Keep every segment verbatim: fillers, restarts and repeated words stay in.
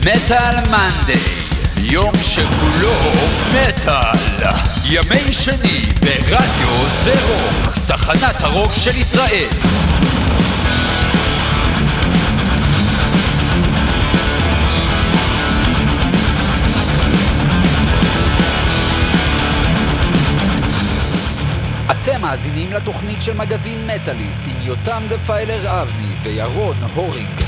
מטל מנדי, יום שכולו מטל. ימי שני ברדיו זה רוק, תחנת הרוק של ישראל. אתם מאזינים לתוכנית של מגזין מטאליסט עם יותם דפיילר אבני וירון הורינג.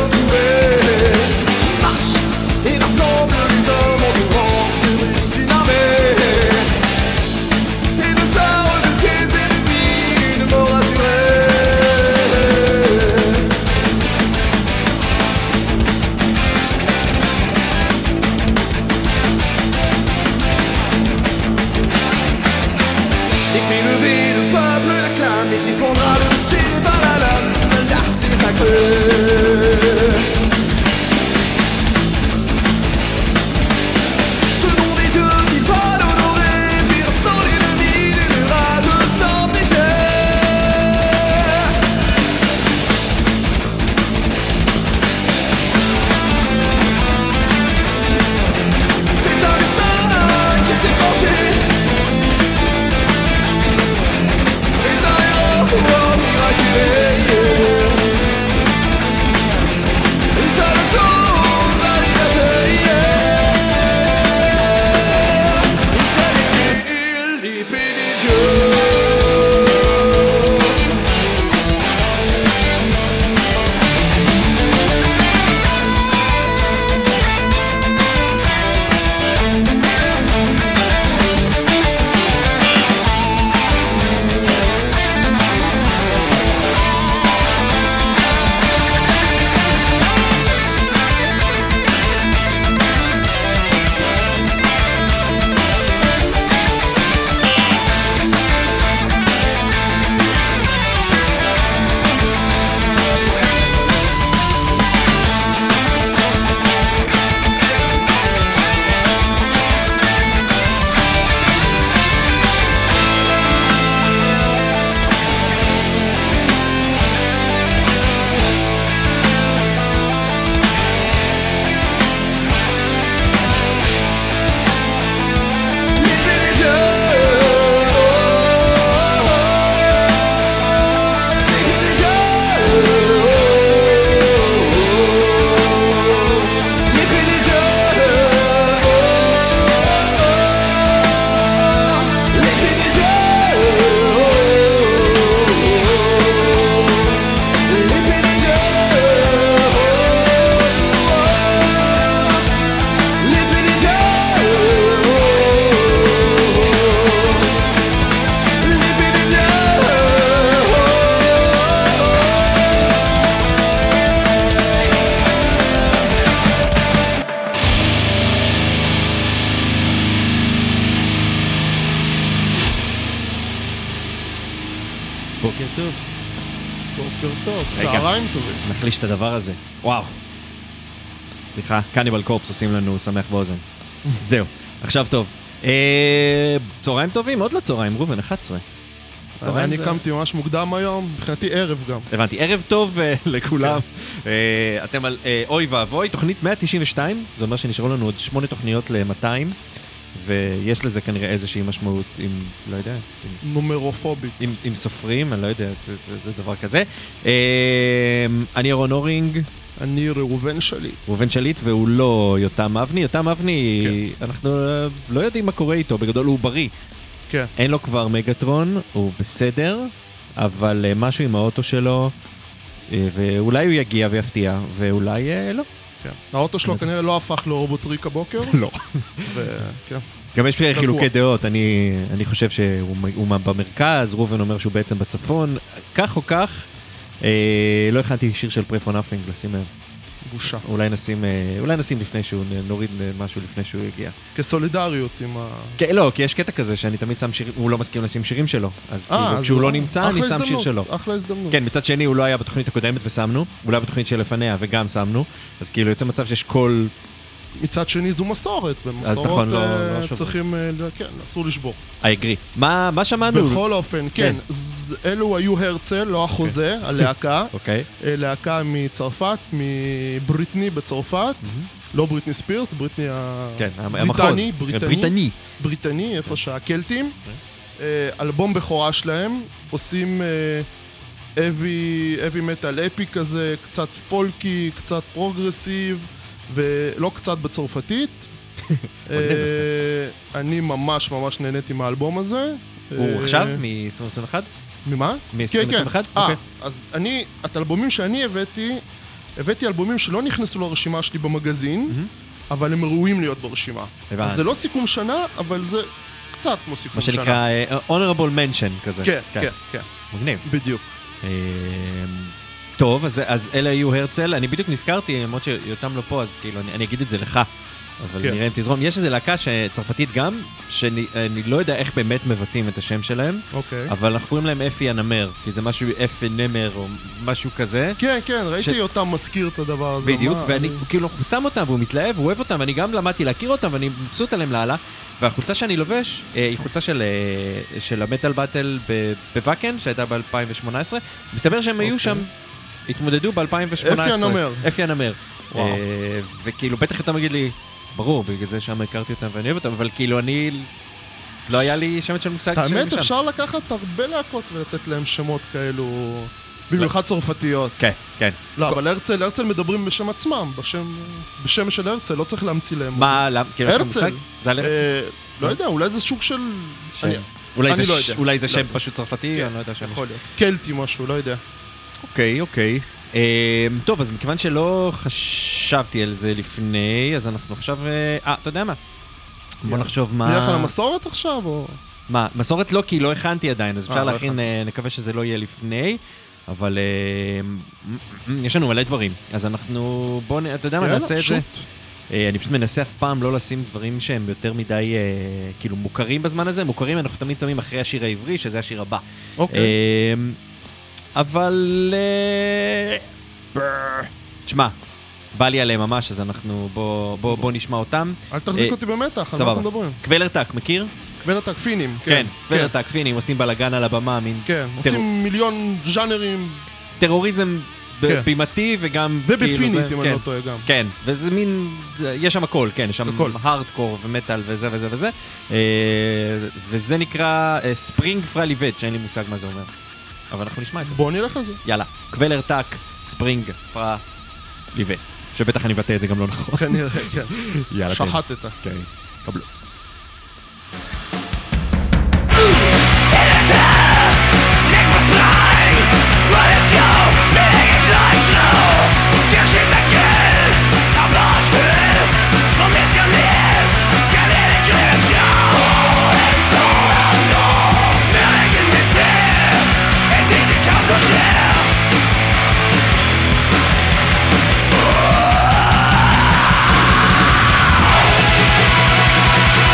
Marche et rassemble les hommes en mourant, tsunami. בוקר טוב. בוקר טוב, צהריים טובים. נחליש את הדבר הזה. וואו. סליחה, קניבל קורפס עושים לנו שמח באוזן. זהו, עכשיו טוב. צהריים טובים, עוד לא צהריים, רובן, אחת עשרה. אני קמתי ממש מוקדם היום, מבחינתי ערב גם. הבנתי, ערב טוב לכולם. אתם על אוי ואבוי, תוכנית מאה תשעים ושתיים, זה אומר שנשארו לנו עוד שמונה תוכניות ל-מאתיים, ויש לזה כנראה איזושהי משמעות עם, לא יודע, נומרופובית. עם סופרים, אני לא יודע, זה דבר כזה. אני ירון הורינג. אני ראובן שליט. ראובן שליט, והוא לא יותם אבני. יותם אבני, אנחנו לא יודעים מה קורה איתו, בגדול הוא בריא. כן. אין לו כבר מגטרון, הוא בסדר, אבל משהו עם האוטו שלו, ואולי הוא יגיע ויפתיע, ואולי לא. כן. האוטו שלו כנראה לא הפך לרובוטריק הבוקר. לא. כן. גם יש חילוקי דעות, אני, אני חושב שהוא במרכז, רובן אומר שהוא בעצם בצפון, כך או כך, אה, לא הכנתי שיר של Pray for Nothing, לשים לב. בושה. אולי נשים, אה, אולי נשים לפני שהוא, נוריד משהו לפני שהוא יגיע. כסולידריות עם ה... כן, לא, כי יש קטע כזה שאני תמיד שם שיר, הוא לא מסכים לשים שירים שלו, אז 아, כאילו, כשהוא לא נמצא, אני שם שיר שלו. אחלה הזדמנות. כן, מצד שני, הוא לא היה בתוכנית הקודמת ושמנו, הוא לא היה בתוכנית שלפניה וגם שמנו, אז כאילו יוצא מצב שיש כל... מצד שני זו מסורת, ומסורות צריכים, כן, אסור לשבור. I agree. מה שמענו? בכל אופן, כן, אלו היו הרצל, לא החוזה, הלהקה. להקה מצרפת, מבריטני בצרפת, לא בריטני ספירס, בריטני הבריטני, בריטני, בריטני, איפה שהקלטים. אלבום בכורה שלהם, עושים אבי מטל אפי כזה, קצת פולקי, קצת פרוגרסיב, ולא קצת בצרפתית. אני ממש ממש נהניתי מהאלבום הזה. הוא עכשיו? מ-עשרים עשרים ואחת? ממה? מ-עשרים עשרים ואחת? אה, אז אני, את האלבומים שאני הבאתי, הבאתי אלבומים שלא נכנסו לרשימה שלי במגזין, אבל הם ראויים להיות ברשימה. אז זה לא סיכום שנה, אבל זה קצת כמו סיכום שנה. מה שנקרא honorable mention כזה. כן, כן, כן. מגניב. בדיוק. טוב, אז, אז אלה היו הרצל, אני בדיוק נזכרתי, למרות שיותם לא פה, אז כאילו, אני, אני אגיד את זה לך, אבל כן. נראה אם תזרום. יש איזו להקה שצרפתית גם, שאני לא יודע איך באמת מבטאים את השם שלהם, אוקיי. אבל אנחנו קוראים להם אפי הנמר, כי זה משהו אפי נמר או משהו כזה. כן, כן, ראיתי ש... אותם מזכיר את הדבר הזה. בדיוק, ואני אני... כאילו שם אותם, והוא מתלהב, הוא אוהב אותם, ואני גם למדתי להכיר אותם, ואני מבסוט עליהם לעלה, והחולצה שאני לובש היא חולצה של, של המטל באטל בוואקן, שהייתה ב-אלפיים שמונה עשרה, מסתבר שהם היו שם, התמודדו ב-אלפיים שמונה עשרה. אפי הנמר. אפי הנמר. וכאילו, בטח אתה מגיד לי, ברור, בגלל זה שם הכרתי אותם ואני אוהב אותם, אבל כאילו אני, לא היה לי שמץ של מושג. האמת, אפשר לקחת הרבה להקות ולתת להם שמות כאלו, במיוחד צרפתיות. כן, כן. לא, אבל הרצל, הרצל מדברים בשם עצמם, בשם של הרצל, לא צריך להמציא להם. מה, כאילו יש לך מושג? זה על הרצל? לא יודע, אולי זה סוג של... אולי זה שם פשוט צרפתי, אני לא יודע שם. יכול להיות. קלטי משהו, לא יודע. אוקיי, אוקיי. טוב, אז מכיוון שלא חשבתי על זה לפני, אז אנחנו עכשיו... אה, אתה יודע מה? בוא נחשוב מה... נלך על המסורת עכשיו, או... מה, מסורת לא, כי לא הכנתי עדיין, אז אפשר להכין, נקווה שזה לא יהיה לפני, אבל יש לנו מלא דברים, אז אנחנו... בוא, אתה יודע מה, נעשה את זה. אני פשוט מנסה אף פעם לא לשים דברים שהם יותר מדי, כאילו, מוכרים בזמן הזה. מוכרים, אנחנו תמיד שמים אחרי השיר העברי, שזה השיר הבא. אוקיי. אבל... תשמע, בא לי עליהם ממש, אז אנחנו... בוא נשמע אותם. אל תחזיק אותי במתח, על מה אנחנו מדברים? קוולרטק, מכיר? קוולרטק, פינים, כן. כן, קוולרטק, פינים, עושים בלגן על הבמה, מין... כן, עושים מיליון ז'אנרים. טרוריזם בימתי וגם... ובפינית, אם אני לא טועה גם. כן, וזה מין... יש שם הכל, כן, יש שם הארדקור ומטל וזה וזה וזה. וזה נקרא ספרינג פרליבט, שאין לי מושג מה זה אומר. אבל אנחנו נשמע את זה. בואו נלך על זה. יאללה, קוולרטק, ספרינג, פרה, ליבט. שבטח אני אבטא את זה גם לא נכון. כנראה, כן. יאללה, שחטת. כן, קבלו. Oh,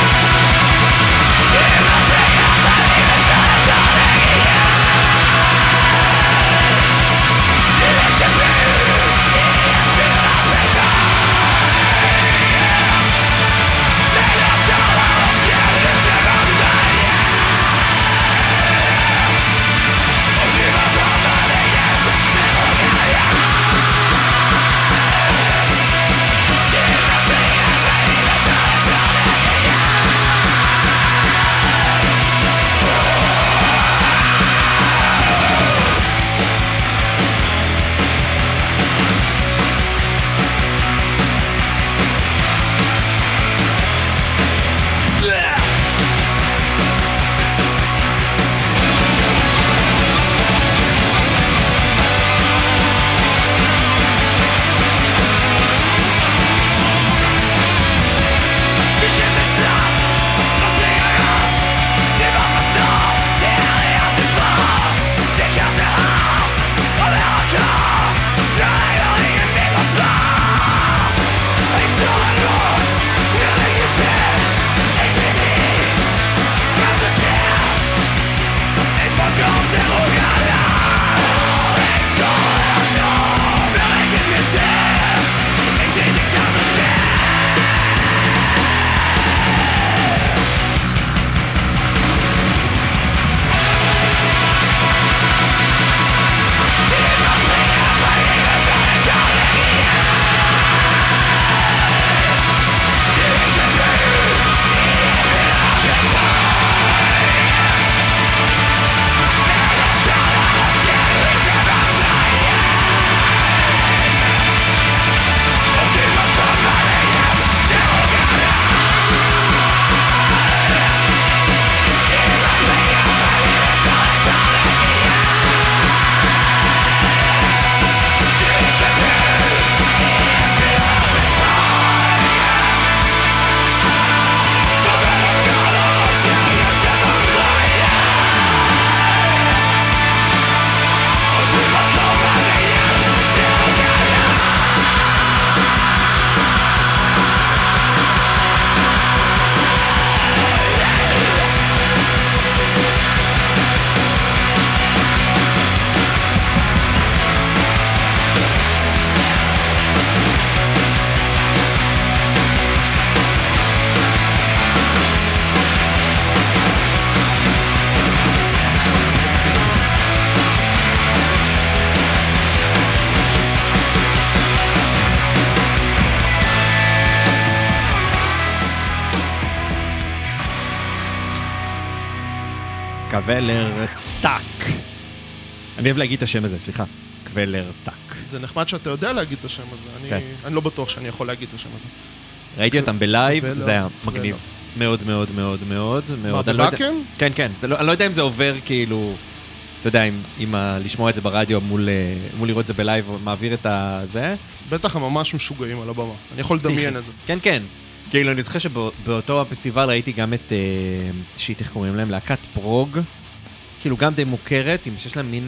קוולר טאק. אני אוהב להגיד את השם הזה, סליחה. קוולר טאק. זה נחמד שאתה יודע להגיד את השם הזה. אני, כן. אני לא בטוח שאני יכול להגיד את השם הזה. ראיתי אותם בלייב, זה היה מגניב. מאוד מאוד מאוד מאוד מאוד. מה, בבקן? כן, כן. לא, אני לא יודע אם זה עובר כאילו, אתה יודע, אם, אם לשמוע את זה ברדיו מול, מול לראות את זה בלייב, מעביר את הזה. בטח הם ממש משוגעים על הבמה. אני יכול לדמיין את זה. כן, כן. כאילו, אני זוכר שבאותו הפסטיבל ראיתי גם את, שיט, איך קוראים להם, להקת פרוג. כאילו, גם די מוכרת, עם שיש להם מין...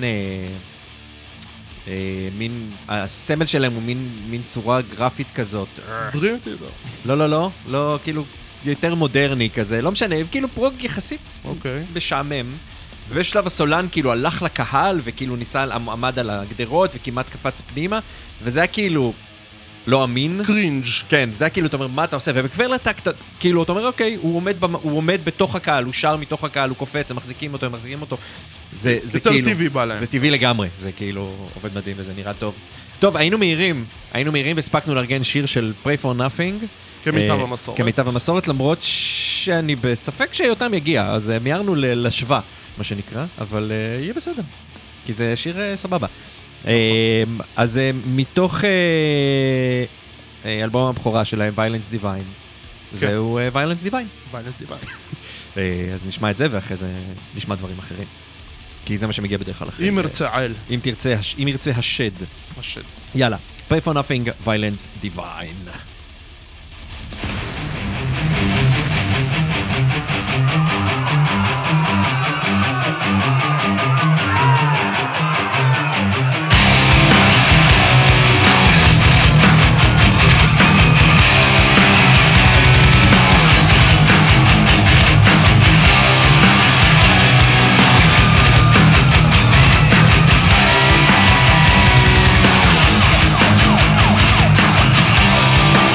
מין, הסמל שלהם הוא מין, מין צורה גרפית כזאת. דרימטי, לא, לא, לא, לא, כאילו יותר מודרני כזה, לא משנה, כאילו פרוג יחסית משעמם. ובשלב הסולן כאילו הלך לקהל וכאילו ניסה, עמד על הגדרות וכמעט קפץ פנימה, וזה היה כאילו לא אמין. קרינג'. כן, זה היה כאילו, אתה אומר, מה אתה עושה? ובקוולר טאק, כאילו, אתה אומר, אוקיי, הוא עומד, הוא עומד בתוך הקהל, הוא שר מתוך הקהל, הוא קופץ, הם מחזיקים אותו, הם מחזיקים אותו. זה, זה יותר כאילו, טבעי בא להם. זה טבעי לגמרי, זה כאילו עובד מדהים וזה נראה טוב. טוב, היינו מהירים, היינו מהירים והספקנו לארגן שיר של Pray for Nothing. כמיטב המסורת. כמיטב המסורת, למרות שאני בספק שיותם יגיע, אז מיירנו לשווה, מה שנקרא, אבל יהיה בסדר, כי זה שיר סבבה. אז מתוך אלבום הבכורה שלהם, Violence Divine, זהו Violence Divine. Violence Divine. אז נשמע את זה, ואחרי זה נשמע דברים אחרים. כי זה מה שמגיע בדרך כלל אחרי. אם ירצה אל. אם תרצה, אם ירצה השד. השד. יאללה, Pray for Nothing, Violence Divine. We'll be right back.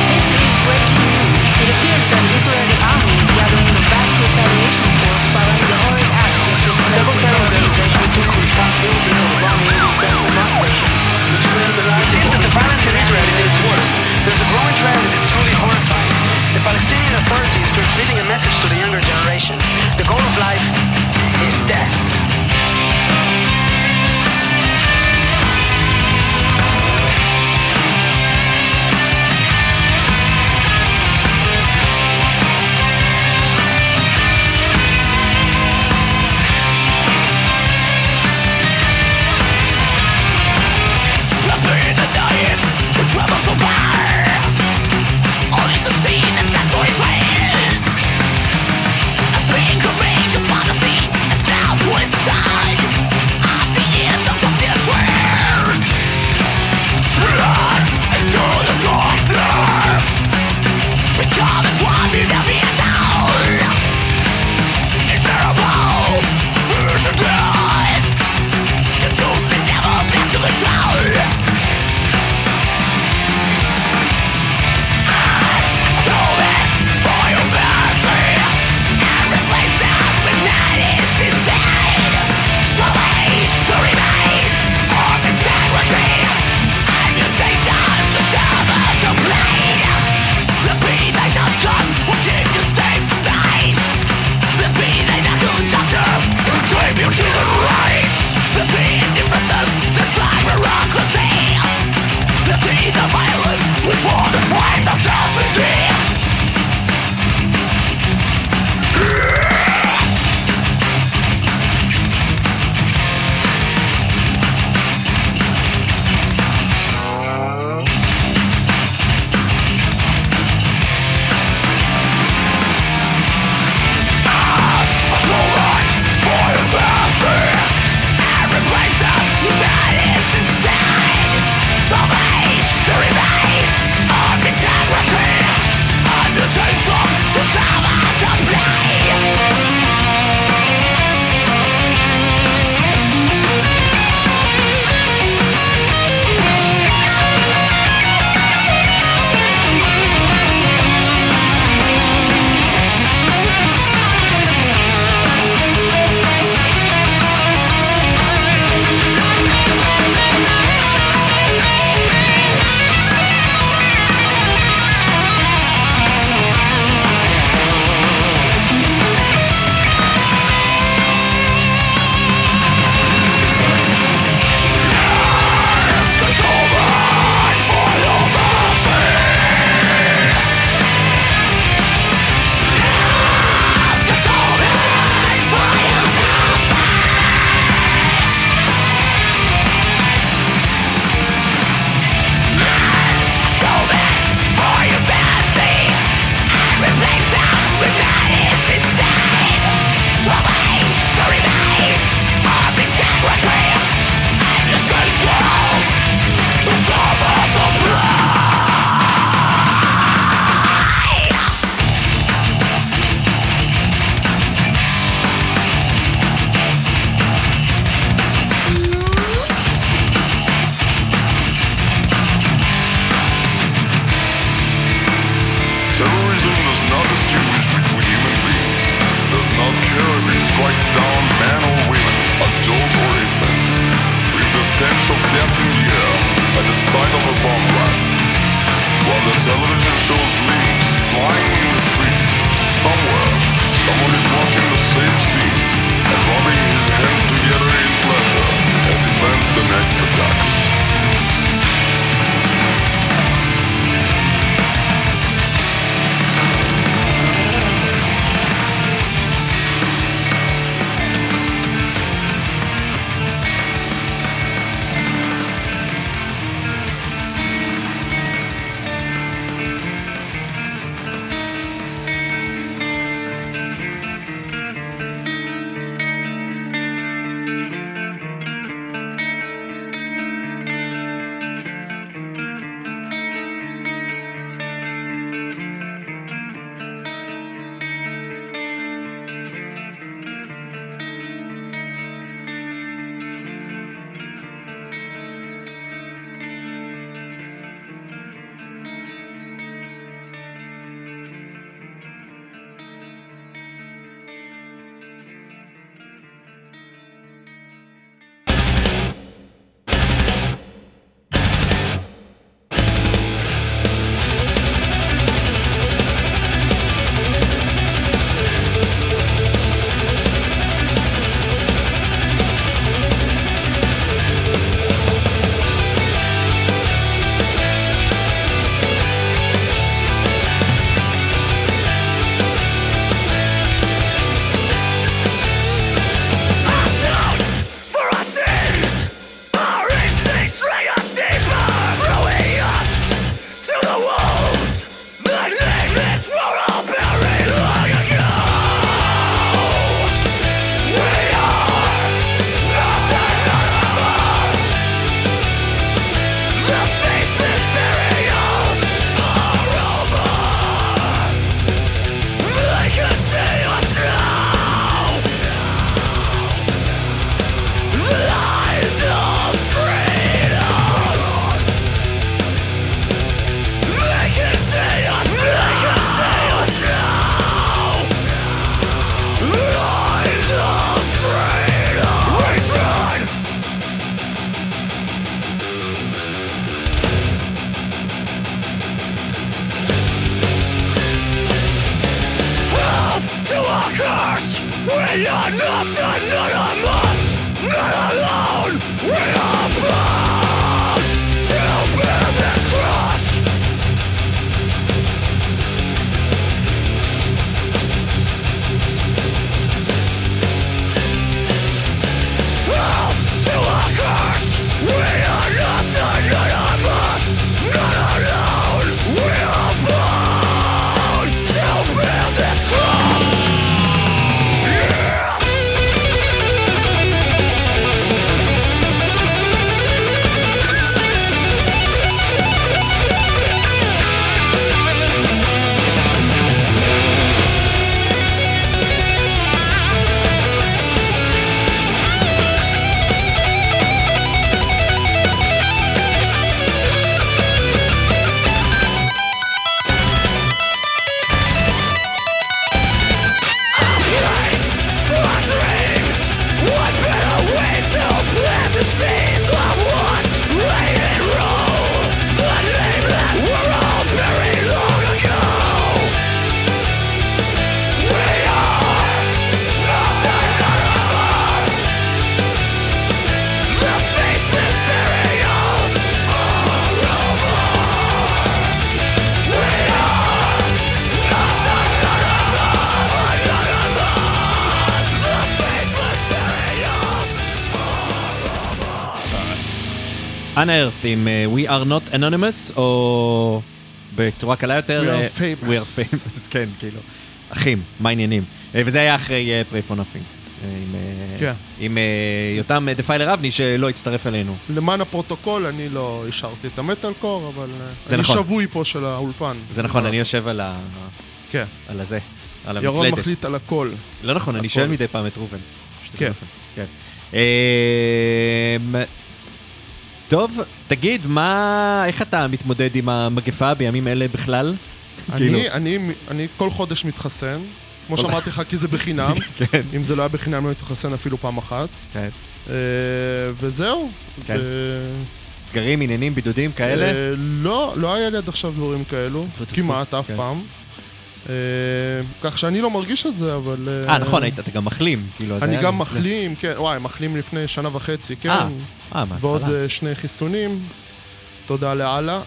distinguish between human beings, does not care if it strikes down man or women, adult or infant. With the stench of death in the air, at the sight of a bomb blast, while the television shows leaves flying in the streets, somewhere, someone is watching the same scene and rubbing his hands together in pleasure as he plans the next attacks. We are not anonymous, not alone. We are bound to bear this cross. Out to a curse. We are not anonymous, not alone. We are bound to bear this cross. Unearth עם uh, We are not anonymous, או בצורה קלה יותר, We are famous. We are famous, כן, כאילו, אחים, מה העניינים? Uh, וזה היה אחרי uh, Pray for Nothing, uh, עם, uh, כן. עם uh, יותם דפיילר אבני שלא הצטרף אלינו. למען הפרוטוקול, אני לא השארתי את המטל קור, אבל אני נכון. שבוי פה של האולפן. זה נכון, אני יושב על ה... כן. על הזה, על המקלטת. ירון מחליט על הכל. לא נכון, אני שואל מדי פעם את רובן. כן. כן. טוב, תגיד, מה, איך אתה מתמודד עם המגפה בימים אלה בכלל? אני כל חודש מתחסן, כמו שאמרתי לך, כי זה בחינם. אם זה לא היה בחינם, לא מתחסן אפילו פעם אחת. וזהו. סגרים, עניינים, בידודים כאלה? לא, לא היה לי עד עכשיו דברים כאלו, כמעט אף פעם. כך שאני לא מרגיש את זה, אבל... אה, נכון, אתה גם מחלים. אני גם מחלים, כן, וואי, מחלים לפני שנה וחצי, כן. ועוד שני חיסונים. תודה לאללה.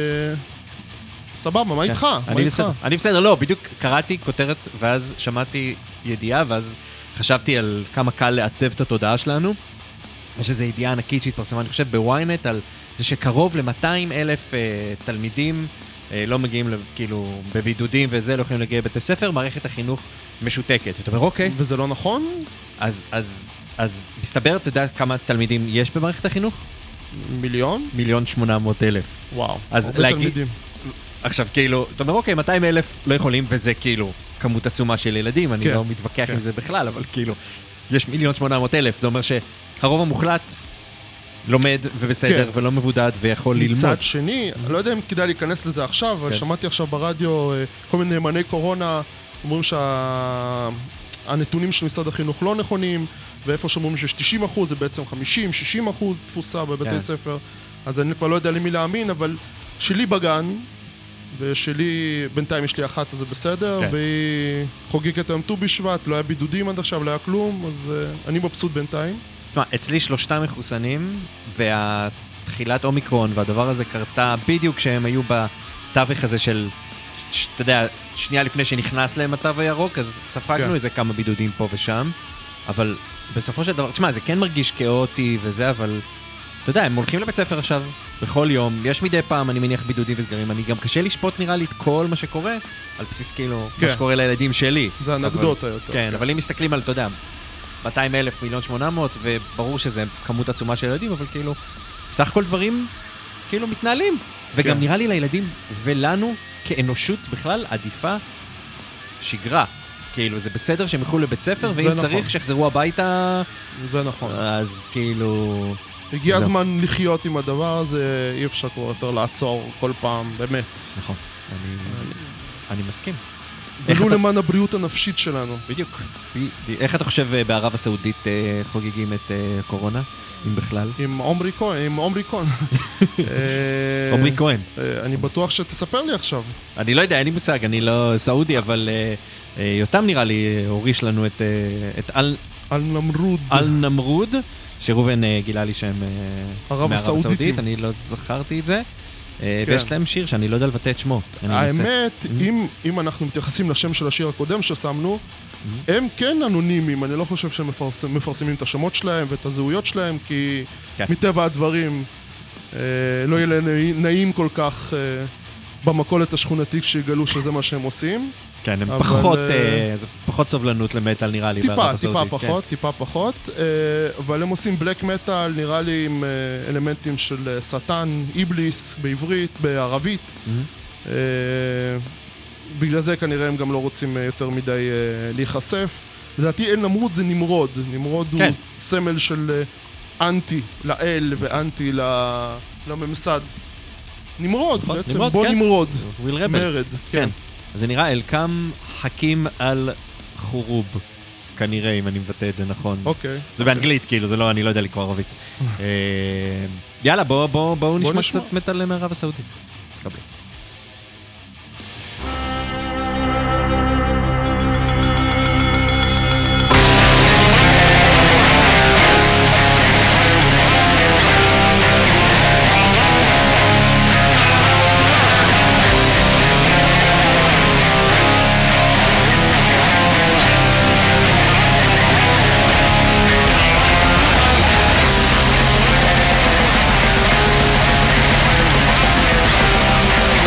סבבה, מה איתך? אני בסדר, לא, בדיוק קראתי כותרת, ואז שמעתי ידיעה, ואז חשבתי על כמה קל לעצב את התודעה שלנו. יש איזו ידיעה ענקית שהתפרסמה, אני חושב, בוויינט, על זה שקרוב ל-מאתיים אלף תלמידים לא מגיעים, כאילו, בבידודים וזה, לא יכולים להגיע לבתי ספר, מערכת החינוך משותקת. אתה אומר, אוקיי. וזה לא נכון? אז, אז, אז, מסתבר, אתה יודע כמה תלמידים יש במערכת החינוך? מיליון? מיליון שמונה מאות אלף. וואו, הרבה תלמידים. עכשיו, כאילו, אתה אומר, אוקיי, מאתיים אלף לא יכולים, וזה כאילו כמות עצומה של ילדים, אני לא מתווכח עם זה בכלל, אבל כאילו, יש מיליון שמונה מאות אלף, זה אומר שהרוב המוחלט לומד ובסדר ולא מבודד ויכול ללמוד. מצד שני, אני לא יודע אם כדאי להיכנס לזה עכשיו, אבל שמעתי עכשיו ברדיו כל מיני נאמני קורונה, אומרים שהנתונים של משרד החינוך לא נכונים, ואיפה שאומרים שיש תשעים אחוז, זה בעצם חמישים שישים אחוז תפוסה בבתי ספר, אז אני כבר לא יודע למי להאמין, אבל שלי בגן, ושלי, בינתיים יש לי אחת, אז זה בסדר, כן. והיא חוגגת היום ט"ו בשבט, לא היה בידודים עד עכשיו, לא היה כלום, אז uh, אני מבסוט בינתיים. תשמע, אצלי שלושתם מחוסנים, והתחילת אומיקרון, והדבר הזה קרתה בדיוק כשהם היו בתווך הזה של, ש, אתה יודע, שנייה לפני שנכנס להם התו הירוק, אז ספגנו כן. איזה כמה בידודים פה ושם, אבל בסופו של דבר, תשמע, זה כן מרגיש כאוטי וזה, אבל... אתה יודע, הם הולכים לבית ספר עכשיו, בכל יום, יש מדי פעם, אני מניח בידודים וסגרים, אני גם קשה לשפוט נראה לי את כל מה שקורה, על בסיס כאילו, כן. מה שקורה לילדים שלי. זה אנקדוטה יותר. כן, כן, אבל אם מסתכלים על, אתה יודע, מאתיים אלף, מיליון שמונה מאות, וברור שזה כמות עצומה של ילדים, אבל כאילו, בסך הכל דברים, כאילו, מתנהלים. וגם כן. נראה לי לילדים, ולנו, כאנושות בכלל, עדיפה שגרה. כאילו, זה בסדר שהם יוכלו לבית ספר, ואם נכון. צריך שיחזרו הביתה... זה נכון. אז כאילו... הגיע הזמן לחיות עם הדבר הזה, אי אפשר כבר יותר לעצור כל פעם, באמת. נכון, אני מסכים. ולו למען הבריאות הנפשית שלנו. בדיוק. איך אתה חושב בערב הסעודית חוגגים את קורונה, אם בכלל? עם עומרי כהן, עם עומרי כהן. עומרי כהן. אני בטוח שתספר לי עכשיו. אני לא יודע, אין לי מושג, אני לא סעודי, אבל יותם נראה לי הוריש לנו את אל-נמרוד. אל-נמרוד. שראובן גילה לי שהם מערב הסעודית, אני לא זכרתי את זה. ויש להם שיר שאני לא יודע לבטא את שמו. האמת, אם אנחנו מתייחסים לשם של השיר הקודם ששמנו, הם כן אנונימיים, אני לא חושב שהם מפרסמים את השמות שלהם ואת הזהויות שלהם, כי מטבע הדברים לא יהיה להם נעים כל כך במכולת השכונתית שיגלו שזה מה שהם עושים. כן, הם פחות, זה פחות סובלנות למטל נראה לי. טיפה, טיפה פחות, טיפה פחות, אבל הם עושים בלק מטל נראה לי עם אלמנטים של שטן, איבליס בעברית, בערבית. בגלל זה כנראה הם גם לא רוצים יותר מדי להיחשף. לדעתי אל-נמרוד זה נמרוד, נמרוד הוא סמל של אנטי לאל ואנטי לממסד. נמרוד בעצם, בוא נמרוד, מרד, כן. אז זה נראה אלקם חכים על חורוב, כנראה, אם אני מבטא את זה נכון. אוקיי. זה באנגלית, כאילו, זה לא, אני לא יודע לקרוא ערבית. יאללה, בואו נשמע קצת מטל מערב הסעודית. קבל. We'll be right back.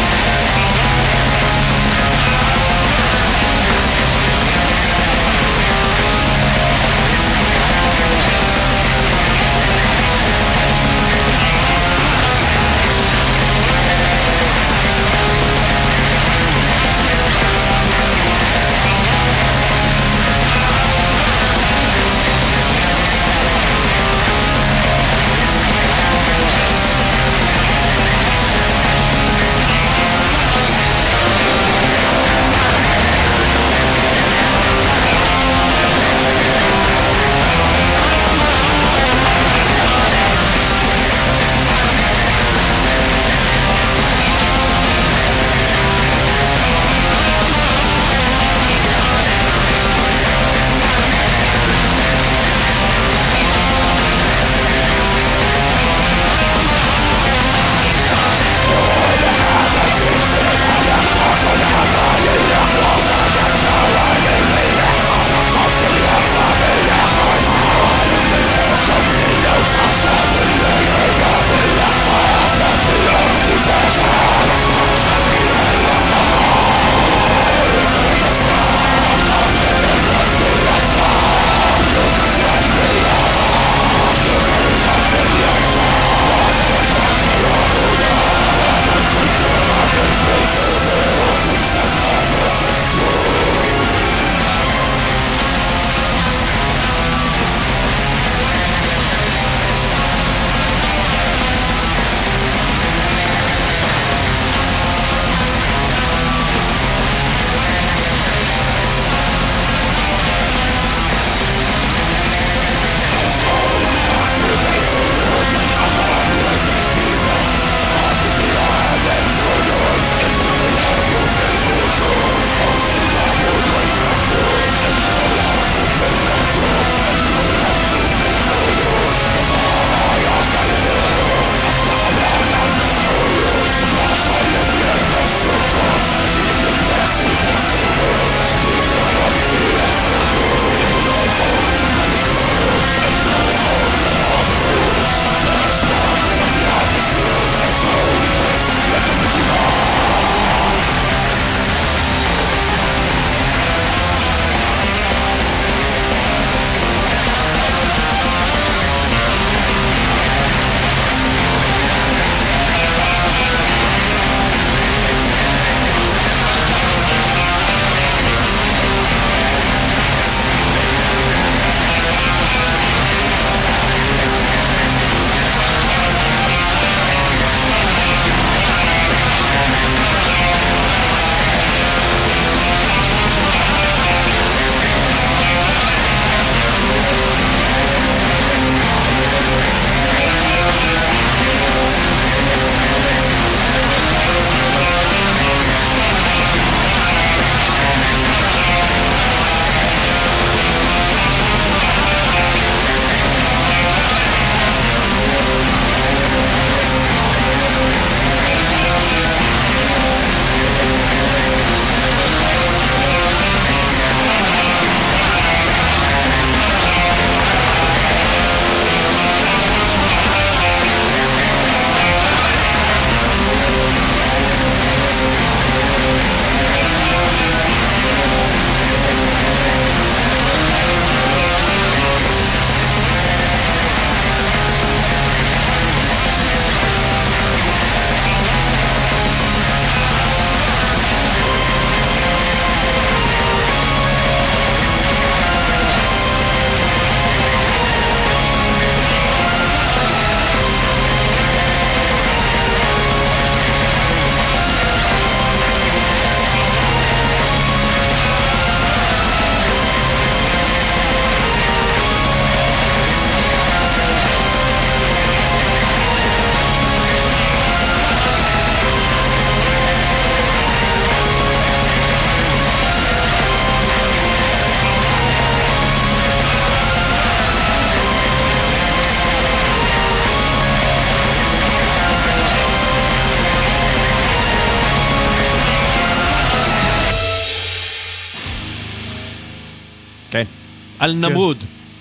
כן. על נמרוד.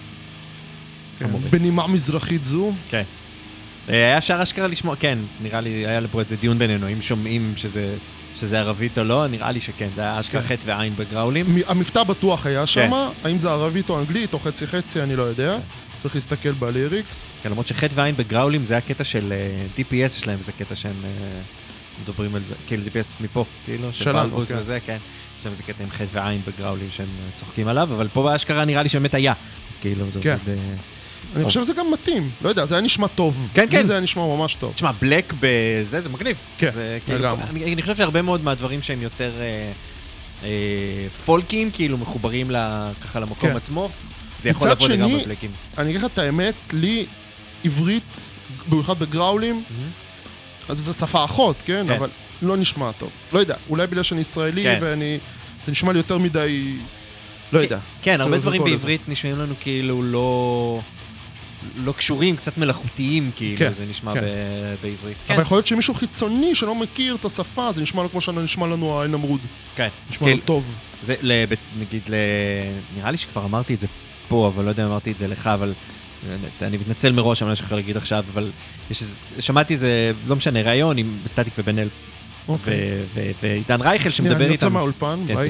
בנימה מזרחית זו. כן. היה אפשר אשכרה לשמוע, כן, נראה לי, היה לפה איזה דיון בינינו, אם שומעים שזה, שזה ערבית או לא, נראה לי שכן, זה היה אשכרה חטא ועין בגראולים. המבטא בטוח היה שם, האם זה ערבית או אנגלית או חצי חצי, אני לא יודע. צריך להסתכל בליריקס. כן, למרות שחטא ועין בגראולים זה הקטע של די פי אס, יש להם איזה קטע שהם מדברים על זה, כאילו די פי אס מפה, כאילו, שבלבוס וזה, כן. יש להם איזה קטע עם חטא ועין בגראולים שהם צוחקים עליו, אבל פה באשכרה נראה לי שבאמת היה, אז כאילו זה עובד... אני חושב שזה גם מתאים, לא יודע, זה היה נשמע טוב. כן, כן. זה היה נשמע ממש טוב. תשמע, בלק בזה, זה מגניב. כן, לגמרי. אני חושב שהרבה מאוד מהדברים שהם יותר פולקים, כאילו מחוברים ככה למקום עצמו, זה יכול לעבוד גם בבלקים. אני אגיד לך את האמת, לי עברית, במיוחד בגראולים, אז זו שפה אחות, כן? אבל לא נשמע טוב. לא יודע, אולי בגלל שאני ישראלי ואני... זה נשמע לי יותר מדי... לא יודע. כן, הרבה דברים בעברית נשמעים לנו כאילו לא... לא קשורים, קצת מלאכותיים, כאילו, זה נשמע בעברית. אבל יכול להיות שמישהו חיצוני שלא מכיר את השפה, זה נשמע לו כמו שנשמע לנו הנמרוד. כן. נשמע לו טוב. נגיד, נראה לי שכבר אמרתי את זה פה, אבל לא יודע אם אמרתי את זה לך, אבל אני מתנצל מראש, אני לא יכול להגיד עכשיו, אבל שמעתי איזה, לא משנה, ראיון עם סטטיק ובן אל. ועידן רייכל שמדבר איתם... אני יוצא מהאולפן, ביי.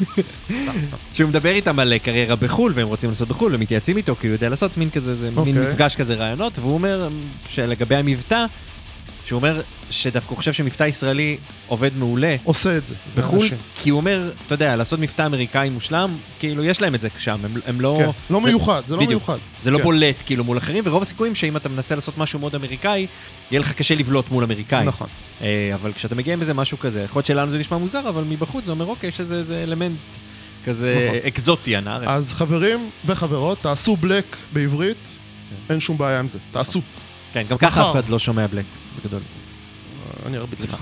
שהוא מדבר איתם על קריירה בחול, והם רוצים לעשות בחול, ומתייעצים איתו, כי הוא יודע לעשות מין כזה, זה מין מפגש כזה רעיונות, והוא אומר שלגבי המבטא, שהוא אומר שדווקא הוא חושב שמבטא ישראלי עובד מעולה. עושה את זה. בחול, כי הוא אומר, אתה יודע, לעשות מבטא אמריקאי מושלם, כאילו יש להם את זה שם, הם לא... לא מיוחד, זה לא מיוחד. זה לא בולט כאילו מול אחרים, ורוב הסיכויים שאם אתה מנסה לעשות משהו מאוד אמריקאי, יהיה לך קשה לבלוט מול אמריקאי. נכון. אבל כשאתה מגיע עם איזה משהו כזה, יכול להיות שלנו זה נשמע מוזר, אבל מבחוץ זה אומר, אוקיי, יש איזה אלמנט כזה אקזוטי, הנער. אז חברים וחברות, תעשו בלק בעברית, אין שום בעיה עם זה, תעשו. כן, גם ככה אף אחד לא שומע בלק, בגדול. אני ארביץ לך.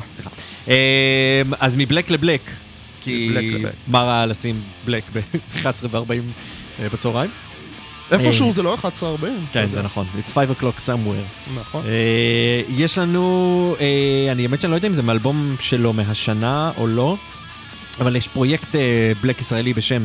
אז מבלק לבלק, כי מה רע לשים בלק ב-אחת עשרה וארבעים בצהריים? איפשהו זה לא אחת עשרה ארבעים. כן, זה נכון. It's five o'clock somewhere. נכון. יש לנו, אני האמת שאני לא יודע אם זה מאלבום שלו מהשנה או לא, אבל יש פרויקט בלק ישראלי בשם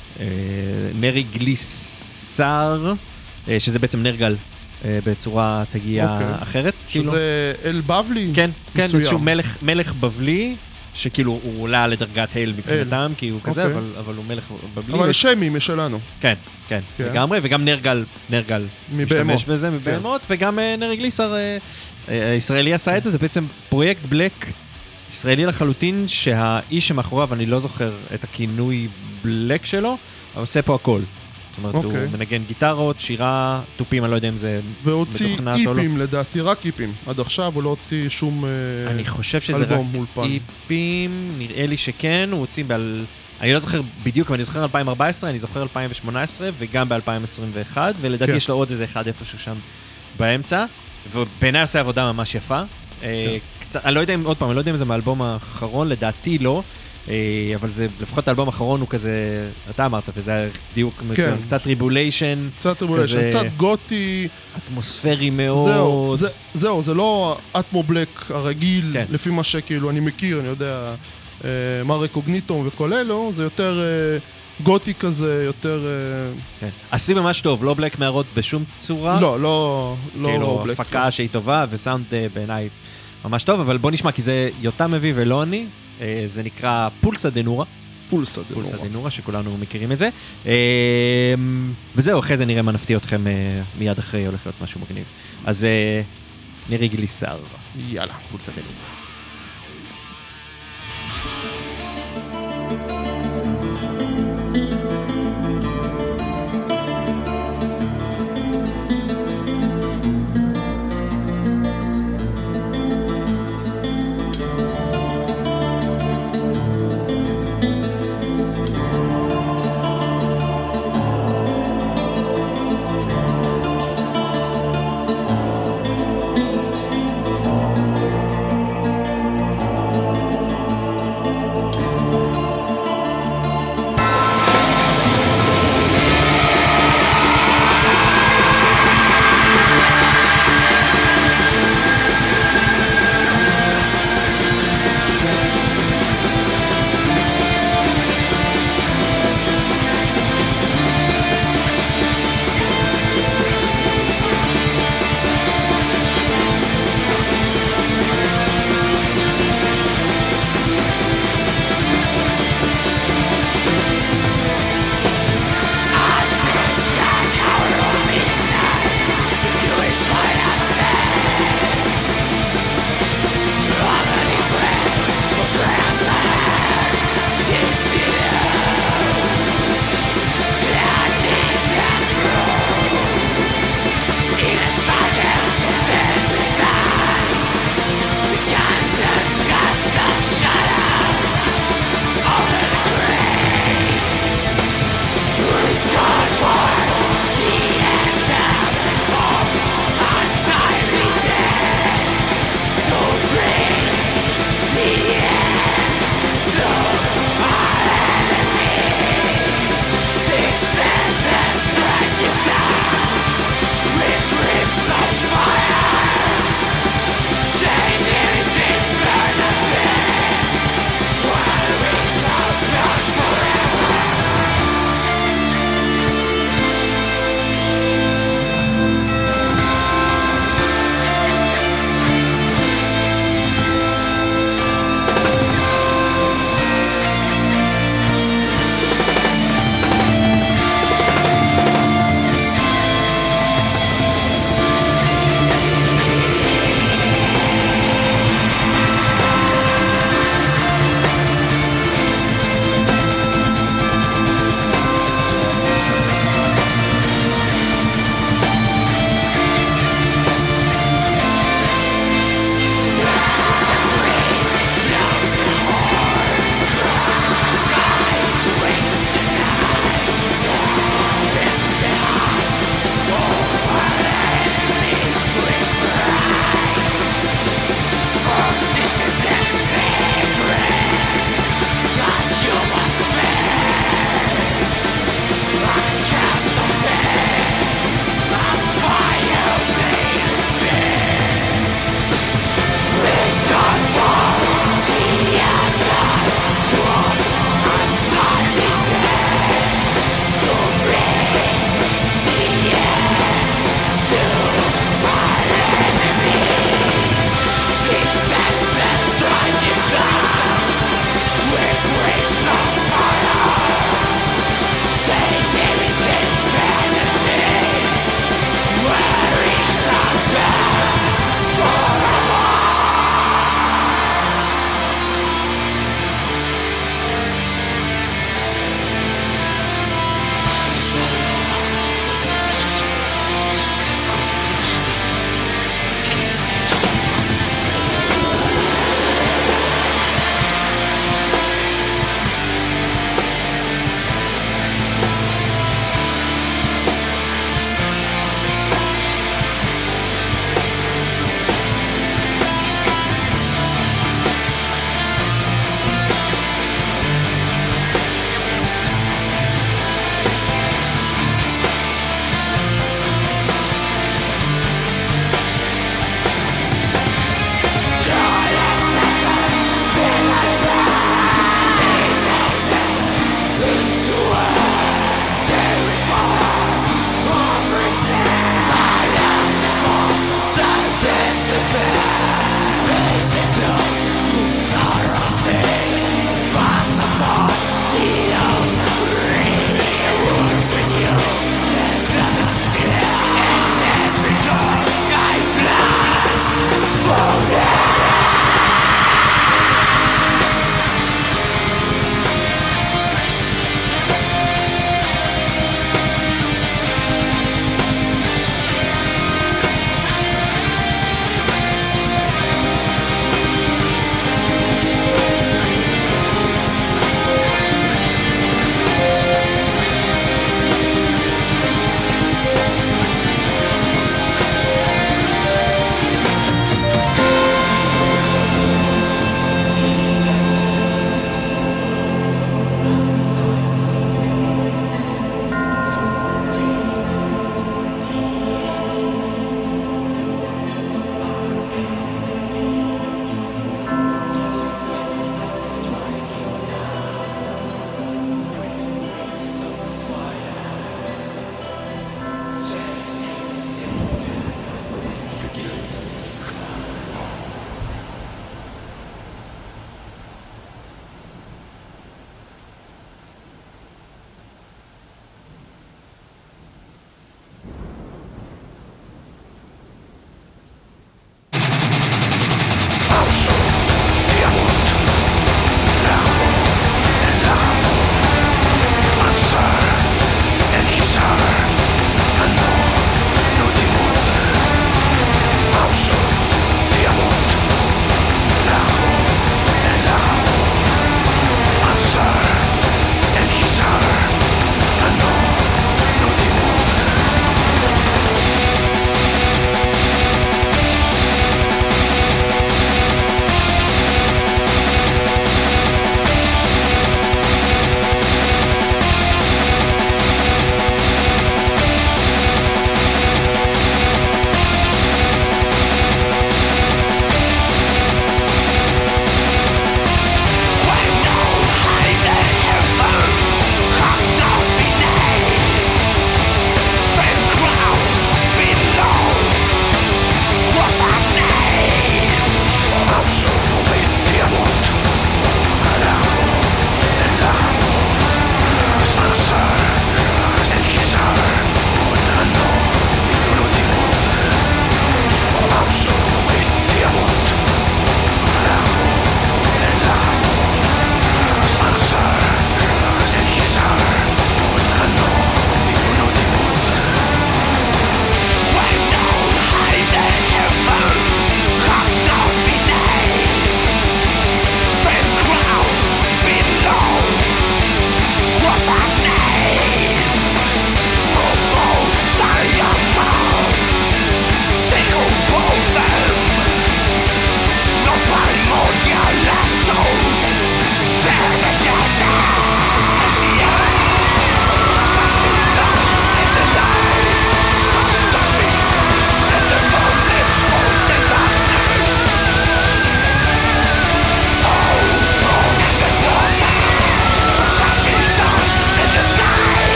נרי גליסר, שזה בעצם נרגל. בצורה תגיעה אחרת. שזה אל בבלי? כן, כן, איזשהו מלך בבלי, שכאילו הוא עולה לדרגת אל מבחינתם, כי הוא כזה, אבל הוא מלך בבלי. אבל שמי משלנו. כן, כן, לגמרי, וגם נרגל, נרגל משתמש בזה מבהמות, וגם נרי גליסר, הישראלי עשה את זה, זה בעצם פרויקט בלק ישראלי לחלוטין, שהאיש שמאחוריו, אני לא זוכר את הכינוי בלק שלו, אבל עושה פה הכל. זאת אומרת, הוא מנגן גיטרות, שירה, טופים, אני לא יודע אם זה מתוכנת או לא. והוציא איפים, לדעתי, רק איפים. עד עכשיו הוא לא הוציא שום אלבום אולפן. אני חושב שזה רק איפים, נראה לי שכן, הוא הוציא בעל... אני לא זוכר בדיוק, אבל אני זוכר אלפיים וארבע עשרה, אני זוכר אלפיים שמונה עשרה, וגם ב-אלפיים עשרים ואחת, ולדעתי יש לו עוד איזה אחד איפשהו שם באמצע, ובעיניי עושה עבודה ממש יפה. אני לא יודע אם, עוד פעם, אני לא יודע אם זה מהאלבום האחרון, לדעתי לא. אבל זה, לפחות האלבום האחרון הוא כזה, אתה אמרת, וזה היה דיוק מצוין, קצת טריבוליישן. קצת טריבוליישן, קצת גותי. אטמוספרי מאוד. זהו, זה לא אטמו בלק הרגיל, לפי מה שכאילו אני מכיר, אני יודע, מה רקוגניטום וכל אלו, זה יותר גותי כזה, יותר... עשי ממש טוב, לא בלק מערות בשום צורה. לא, לא, לא בלק. הפקה שהיא טובה, וסאונד בעיניי ממש טוב, אבל בוא נשמע, כי זה יותם מביא ולא אני. זה נקרא פולסה דנורה. פולסה דנורה. פולסה דנורה, שכולנו מכירים את זה. וזהו, אחרי זה נראה מה נפתיע אתכם מיד אחרי, הולך להיות משהו מגניב. אז נרי גליסר. יאללה. פולסה דנורה.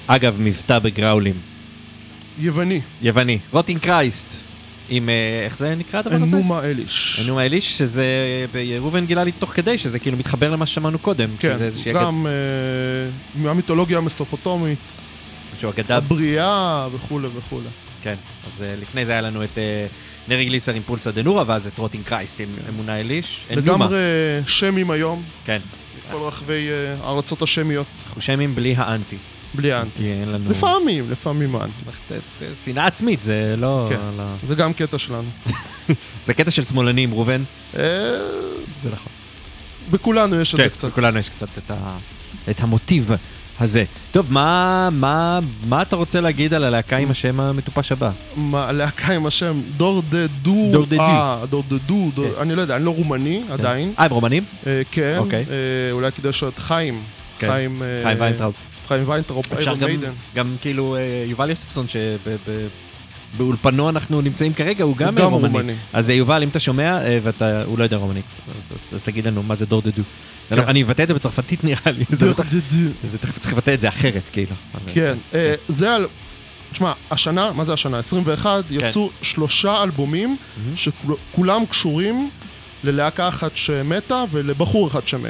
אגב, מבטא בגראולים. יווני. יווני. רוטינג קרייסט. עם, איך זה נקרא הדבר הזה? אנומה אליש. אנומה אליש, שזה, ראובן גילה לי תוך כדי, שזה כאילו מתחבר למה ששמענו קודם. כן, גם מהמיתולוגיה המסופוטומית. שהוא אגדה. הבריאה וכו' וכו'. כן, אז לפני זה היה לנו את נרי גליסר עם פולסה דנורה, ואז את רוטינג קרייסט עם אמונה אליש. לגמרי שמים היום. כן. כל רחבי הארצות השמיות. אנחנו שמים בלי האנטי. בלי האנטי. לנו... לפעמים, לפעמים האנטי. שנאה עצמית, זה לא... כן, לא... זה גם קטע שלנו. זה קטע של שמאלנים, ראובן. זה נכון. בכולנו יש את זה קצת. כן, בכולנו יש קצת את, ה... את המוטיב הזה. טוב, מה, מה, מה אתה רוצה להגיד על הלהקה עם השם המטופש הבא? מה, הלהקה עם השם דור דה דו. דור דה דו. אה, דור דה דו. אני לא יודע, אני לא רומני עדיין. אה, הם רומנים? כן. אולי כדי שאת חיים. חיים. חיים ויינטראוב. חיים ויינטראוב, איירון מיידן. גם כאילו יובל יוספסון, שבאולפנו אנחנו נמצאים כרגע, הוא גם רומני. אז יובל, אם אתה שומע, והוא לא יודע רומנית, אז תגיד לנו מה זה דור דה דו. אני אבטא את זה בצרפתית נראה לי. דור דה דו. צריך לבטא את זה אחרת, כאילו. כן, זה על... תשמע, השנה, מה זה השנה? עשרים ואחת, יצאו שלושה אלבומים שכולם קשורים ללהקה אחת שמתה ולבחור אחד שמת.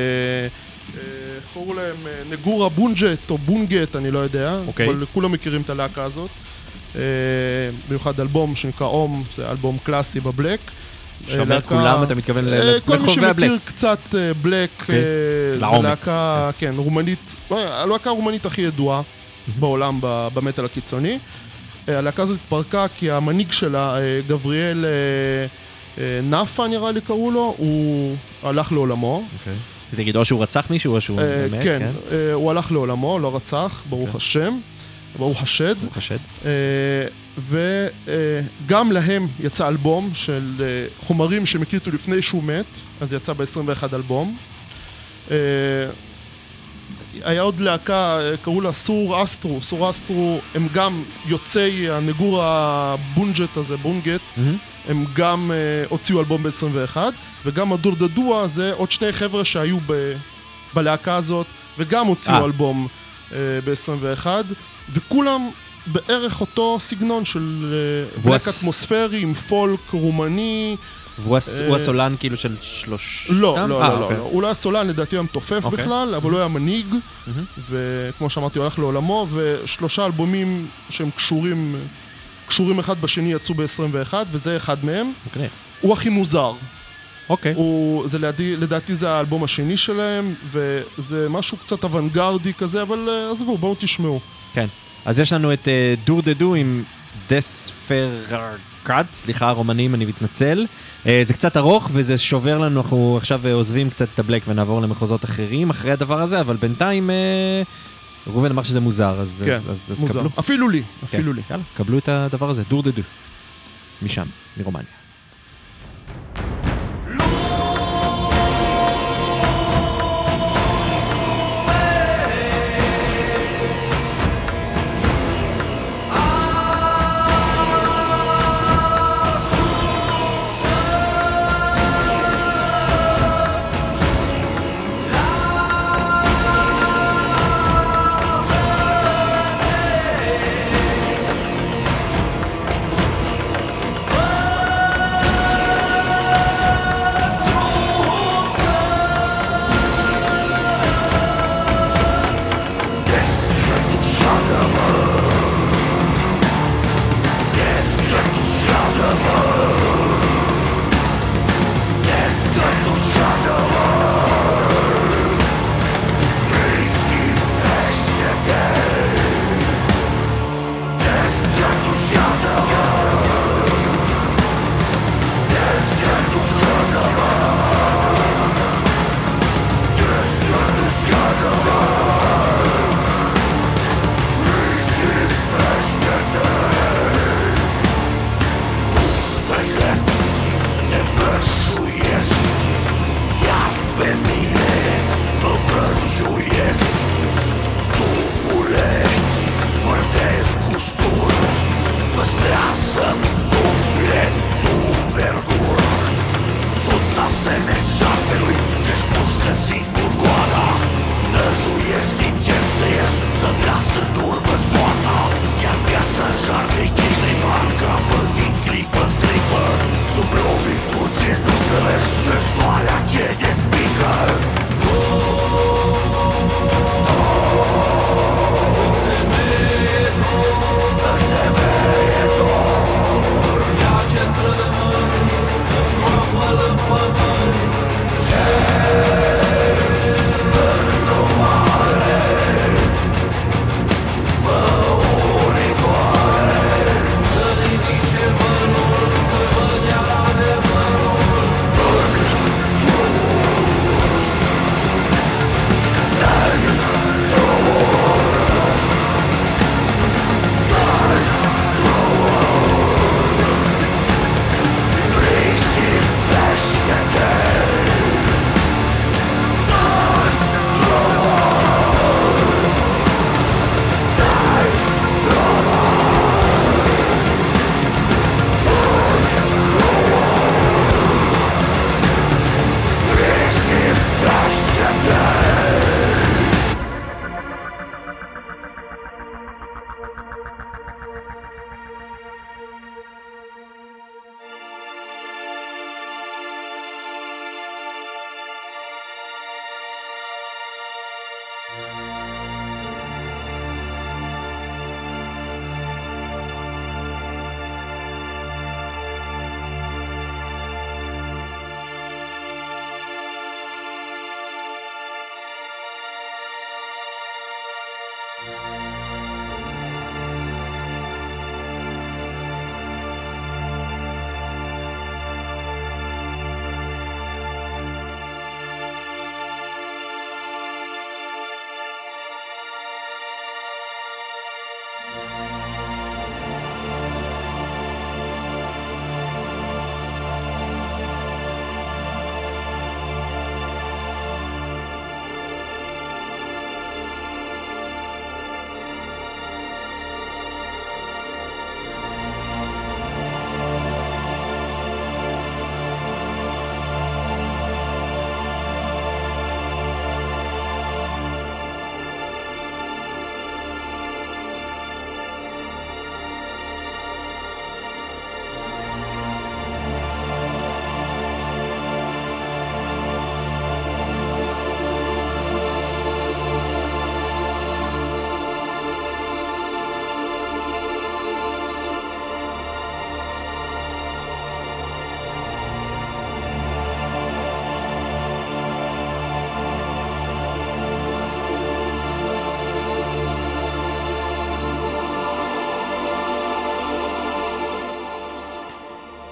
קוראו להם נגורה בונג'ט או בונגט, אני לא יודע, אבל כולם מכירים את הלהקה הזאת. במיוחד אלבום שנקרא אום, זה אלבום קלאסי בבלק. שאומר כולם, אתה מתכוון לחובבי הבלק? כל מי שמכיר קצת בלק, זה להקה, כן, רומנית, הלהקה הרומנית הכי ידועה בעולם במטל הקיצוני. הלהקה הזאת התפרקה כי המנהיג שלה, גבריאל נאפה נראה לי קראו לו, הוא הלך לעולמו. רציתי להגיד, או שהוא רצח מישהו או שהוא באמת, כן? כן, הוא הלך לעולמו, לא רצח, ברוך השם, ברוך השד. ברוך השד. וגם להם יצא אלבום של חומרים שהם הקליטו לפני שהוא מת, אז יצא ב-עשרים ואחת אלבום. היה עוד להקה, קראו לה סור אסטרו, סור אסטרו הם גם יוצאי הנגור הבונג'ט הזה, בונגט, הם גם הוציאו אלבום ב-עשרים ואחת, וגם הדור דדוע זה עוד שני חבר'ה שהיו בלהקה הזאת, וגם הוציאו אלבום ב-עשרים ואחת, וכולם בערך אותו סגנון של בלק אטמוספרי עם פולק רומני. והוא הסולן כאילו של שלוש... לא, לא, לא, לא, הוא לא הסולן, לדעתי היה מתופף בכלל, אבל הוא היה מנהיג, וכמו שאמרתי, הוא הלך לעולמו, ושלושה אלבומים שהם קשורים, קשורים אחד בשני יצאו ב-עשרים ואחת, וזה אחד מהם. הוא הכי מוזר. אוקיי. לדעתי זה האלבום השני שלהם, וזה משהו קצת אוונגרדי כזה, אבל עזבו, בואו תשמעו. כן. אז יש לנו את דור דה דו עם דספרגרד, סליחה, רומנים, אני מתנצל. זה קצת ארוך וזה שובר לנו, אנחנו עכשיו עוזבים קצת את הבלק ונעבור למחוזות אחרים אחרי הדבר הזה, אבל בינתיים ראובן אמר שזה מוזר, אז קבלו. אפילו לי, אפילו לי. יאללה, קבלו את הדבר הזה, דור דה דו. משם, מרומניה. Oh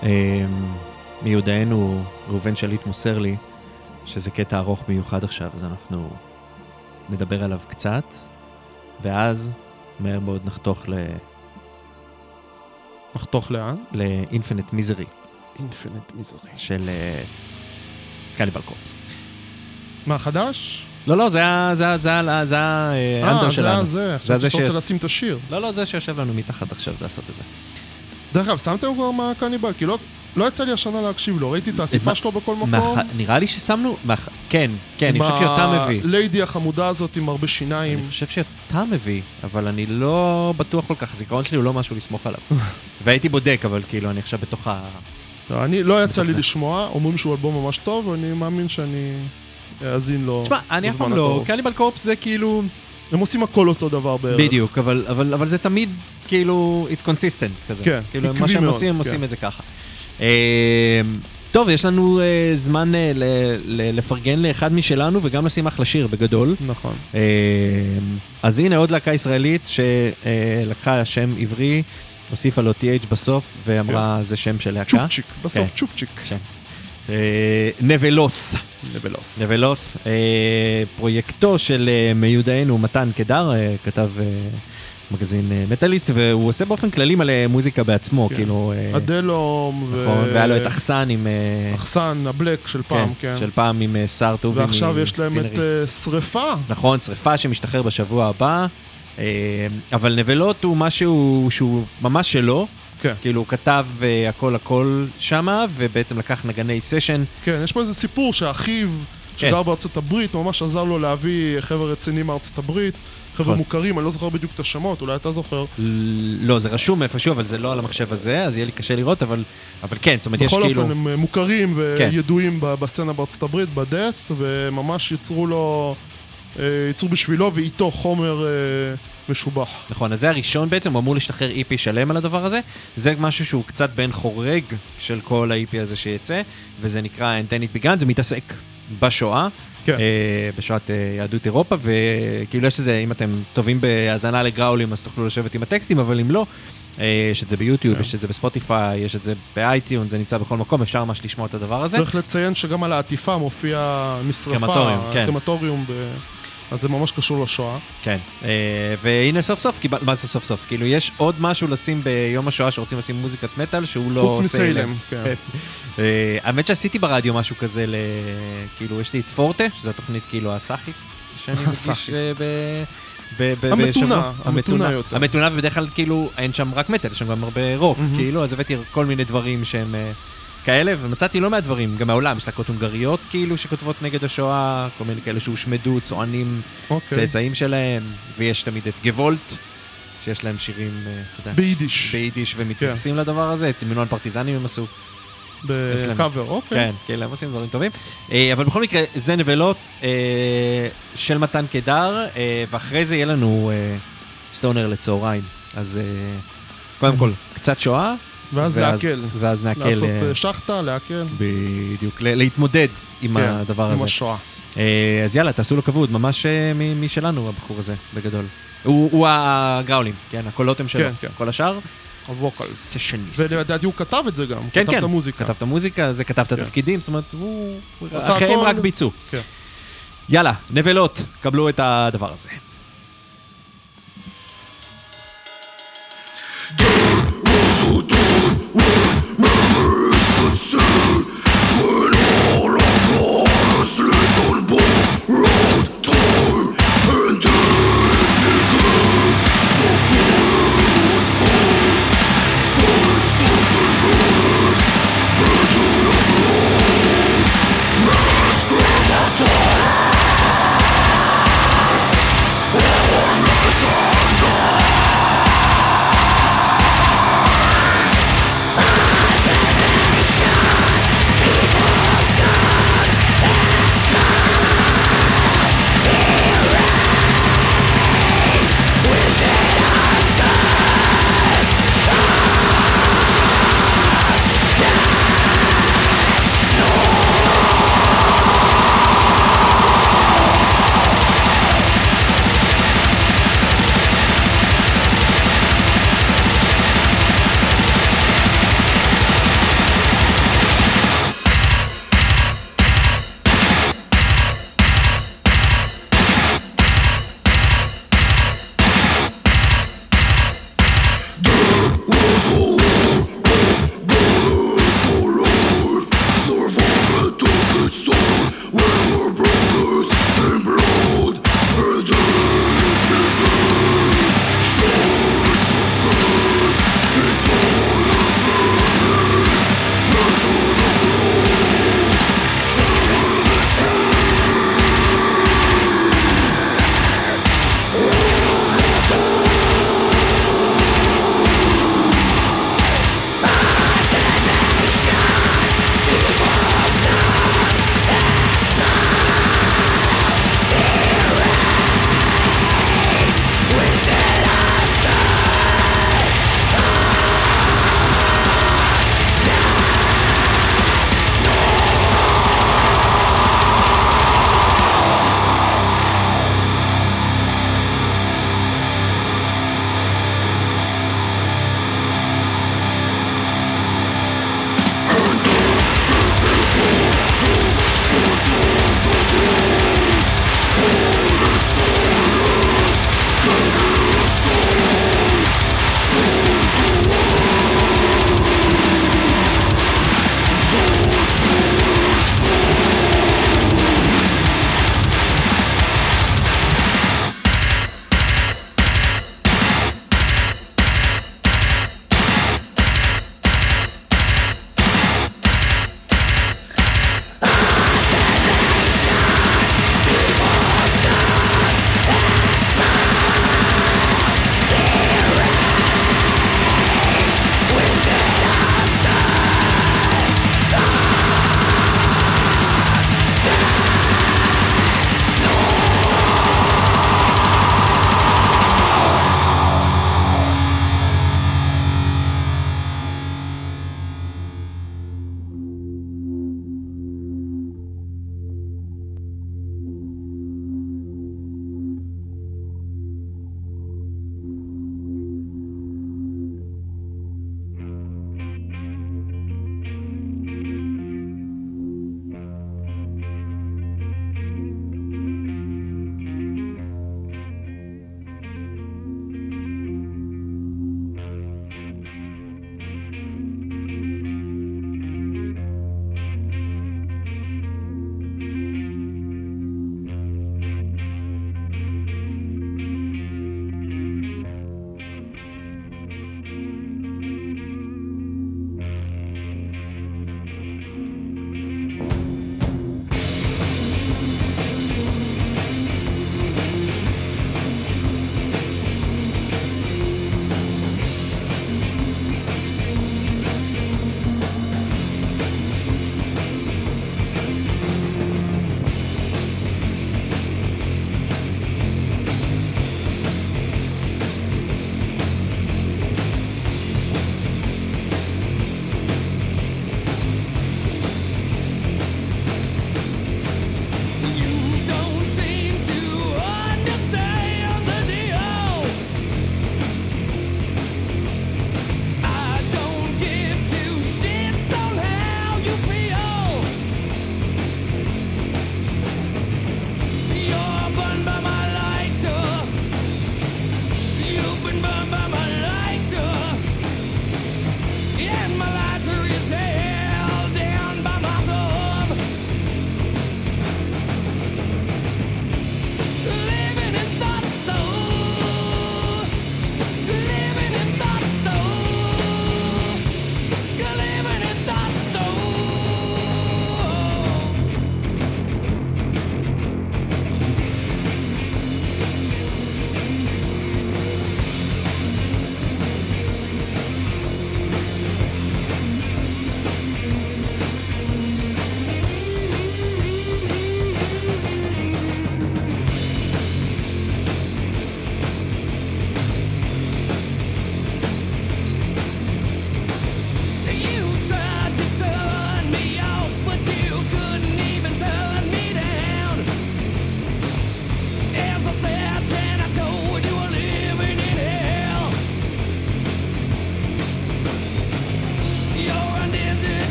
מיודענו ראובן שליט מוסר לי שזה קטע ארוך מיוחד עכשיו, אז אנחנו נדבר עליו קצת, ואז מהר מאוד נחתוך ל... נחתוך לאן? ל-Infinite Misery. Infinite Misery. של קניבל קורפס. מה, חדש? לא, לא, זה האנדר שלנו. אה, זה זה, עכשיו שאתה רוצה לשים את השיר. לא, לא, זה שיושב לנו מתחת עכשיו לעשות את זה. דרך אגב, שמתם כבר מה קניבל? כי לא יצא לי השנה להקשיב לו, ראיתי את העטיפה שלו בכל מקום. נראה לי ששמנו, כן, כן, אני חושב שאתה מביא. ליידי החמודה הזאת עם הרבה שיניים. אני חושב שאתה מביא, אבל אני לא בטוח כל כך, הזיכרון שלי הוא לא משהו לסמוך עליו. והייתי בודק, אבל כאילו, אני עכשיו בתוך ה... אני לא יצא לי לשמוע, אומרים שהוא אלבום ממש טוב, ואני מאמין שאני אאזין לו. תשמע, אני אף פעם לא, קניבל קורפס זה כאילו... הם עושים הכל אותו דבר בערך. בדיוק, אבל, אבל, אבל זה תמיד כאילו, it's consistent כזה. כן, כאילו, מה שהם עושים, הם עושים את זה ככה. טוב, יש לנו זמן לפרגן לאחד משלנו, וגם לשים אחלה שיר בגדול. נכון. אז הנה עוד להקה ישראלית שלקחה שם עברי, הוסיפה לו טי אייץ' בסוף, ואמרה זה שם של להקה. צ'ופצ'יק, בסוף צ'ופצ'יק. נבלות. נבלות. נבלות. פרויקטו של מיודענו מתן קדר, כתב מגזין מטליסט, והוא עושה באופן כללי מלא מוזיקה בעצמו, כאילו... אדלום ו... נכון, והיה לו את אחסן עם... אחסן, הבלק של פעם, כן. של פעם עם שר טובים. ועכשיו יש להם את שריפה. נכון, שריפה שמשתחרר בשבוע הבא, אבל נבלות הוא משהו שהוא ממש שלו, כאילו הוא כתב הכל הכל שמה, ובעצם לקח נגני סשן. כן, יש פה איזה סיפור שאחיו שגר בארצות הברית, ממש עזר לו להביא חבר'ה רצינים מארצות הברית, חבר'ה מוכרים, אני לא זוכר בדיוק את השמות, אולי אתה זוכר. לא, זה רשום איפשהו, אבל זה לא על המחשב הזה, אז יהיה לי קשה לראות, אבל כן, זאת אומרת, יש כאילו... בכל אופן, הם מוכרים וידועים בסצנה בארצות הברית, בדאט, וממש ייצרו לו, ייצרו בשבילו ואיתו חומר משובח. נכון, אז זה הראשון בעצם, הוא אמור להשתחרר אי פי שלם על הדבר הזה, זה משהו שהוא קצת בין חורג של כל ה-אי פי הזה שיצא, וזה נקרא And Then It Began, זה מתעסק בשואה, כן. בשואת יהדות אירופה, וכאילו יש איזה, אם אתם טובים בהאזנה לגראולים, אז תוכלו לשבת עם הטקסטים, אבל אם לא, יש את זה ביוטיוב, יש את זה בספוטיפיי, יש את זה באייטיון, זה נמצא בכל מקום, אפשר ממש לשמוע את הדבר הזה. צריך לציין שגם על העטיפה מופיע משרפה, קרמטוריום, אז זה ממש קשור לשואה. כן, והנה סוף סוף, מה זה סוף סוף? כאילו יש עוד משהו לשים ביום השואה שרוצים לשים מוזיקת מטל, שהוא לא חוץ מסיילם, כן. האמת שעשיתי ברדיו משהו כזה, כאילו יש לי את פורטה, שזו התוכנית כאילו הסאחית, שאני מגיש המתונה, המתונה יותר. המתונה, ובדרך כלל כאילו אין שם רק מטל, יש שם גם הרבה רוק, כאילו, אז הבאתי כל מיני דברים שהם כאלה, ומצאתי לא מהדברים, גם מהעולם, יש להקות הונגריות כאילו שכותבות נגד השואה, כל מיני כאלה שהושמדו, צוענים, צאצאים שלהם, ויש תמיד את גוולט, שיש להם שירים, אתה יודע, ביידיש. ביידיש, ומתייחסים לדבר הזה, את מינואל פרטיזנים הם עשו. בקאבר, אוקיי. כן, כן, הם עושים דברים טובים. אבל בכל מקרה, זה נבלות של מתן קדר, ואחרי זה יהיה לנו סטונר לצהריים. אז קודם כל, קצת שואה, ואז להקל. ואז נעקל. לעשות שחטה, להקל. בדיוק, להתמודד עם הדבר הזה. עם השואה. אז יאללה, תעשו לו כבוד, ממש משלנו הבחור הזה, בגדול. הוא הגראולים, כן, הקולות הם שלו. כל השאר. הווקל. ולדעתי הוא כתב את זה גם, כן, כתב כן. את המוזיקה. כתב את המוזיקה, זה כתב את התפקידים, זאת אומרת, הוא... אחריהם רק ביצעו. כן. יאללה, נבלות, קבלו את הדבר הזה.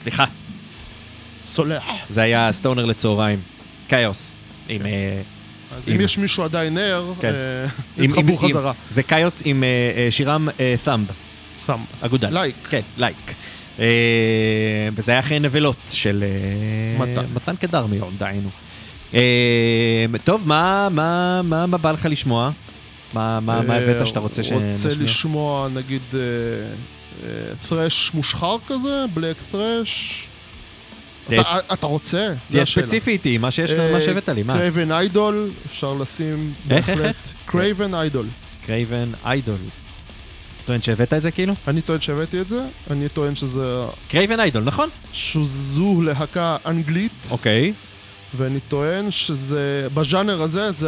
סליחה. סולח. זה היה סטונר לצהריים. קיוס. עם... אז אם יש מישהו עדיין ער, נתחברו חזרה. זה קיוס עם שירם ת'אמב. ת'אמב. אגודל. לייק. כן, לייק. וזה היה אחרי נבלות של מתן קדר מיום, דיינו. טוב, מה בא לך לשמוע? מה הבאת שאתה רוצה שנשמיע? רוצה לשמוע, נגיד, thrash מושחר כזה, בלק thrash. אתה רוצה? תהיה ספציפי איתי, מה שיש לנו, מה שהבאת לי, מה? קרייבן איידול, אפשר לשים... איך, איך, איך? קרייבן איידול. קרייבן איידול. אתה טוען שהבאת את זה כאילו? אני טוען שהבאתי את זה, אני טוען שזה... קרייבן איידול, נכון? שזו להקה אנגלית. אוקיי. ואני טוען שזה... בז'אנר הזה זה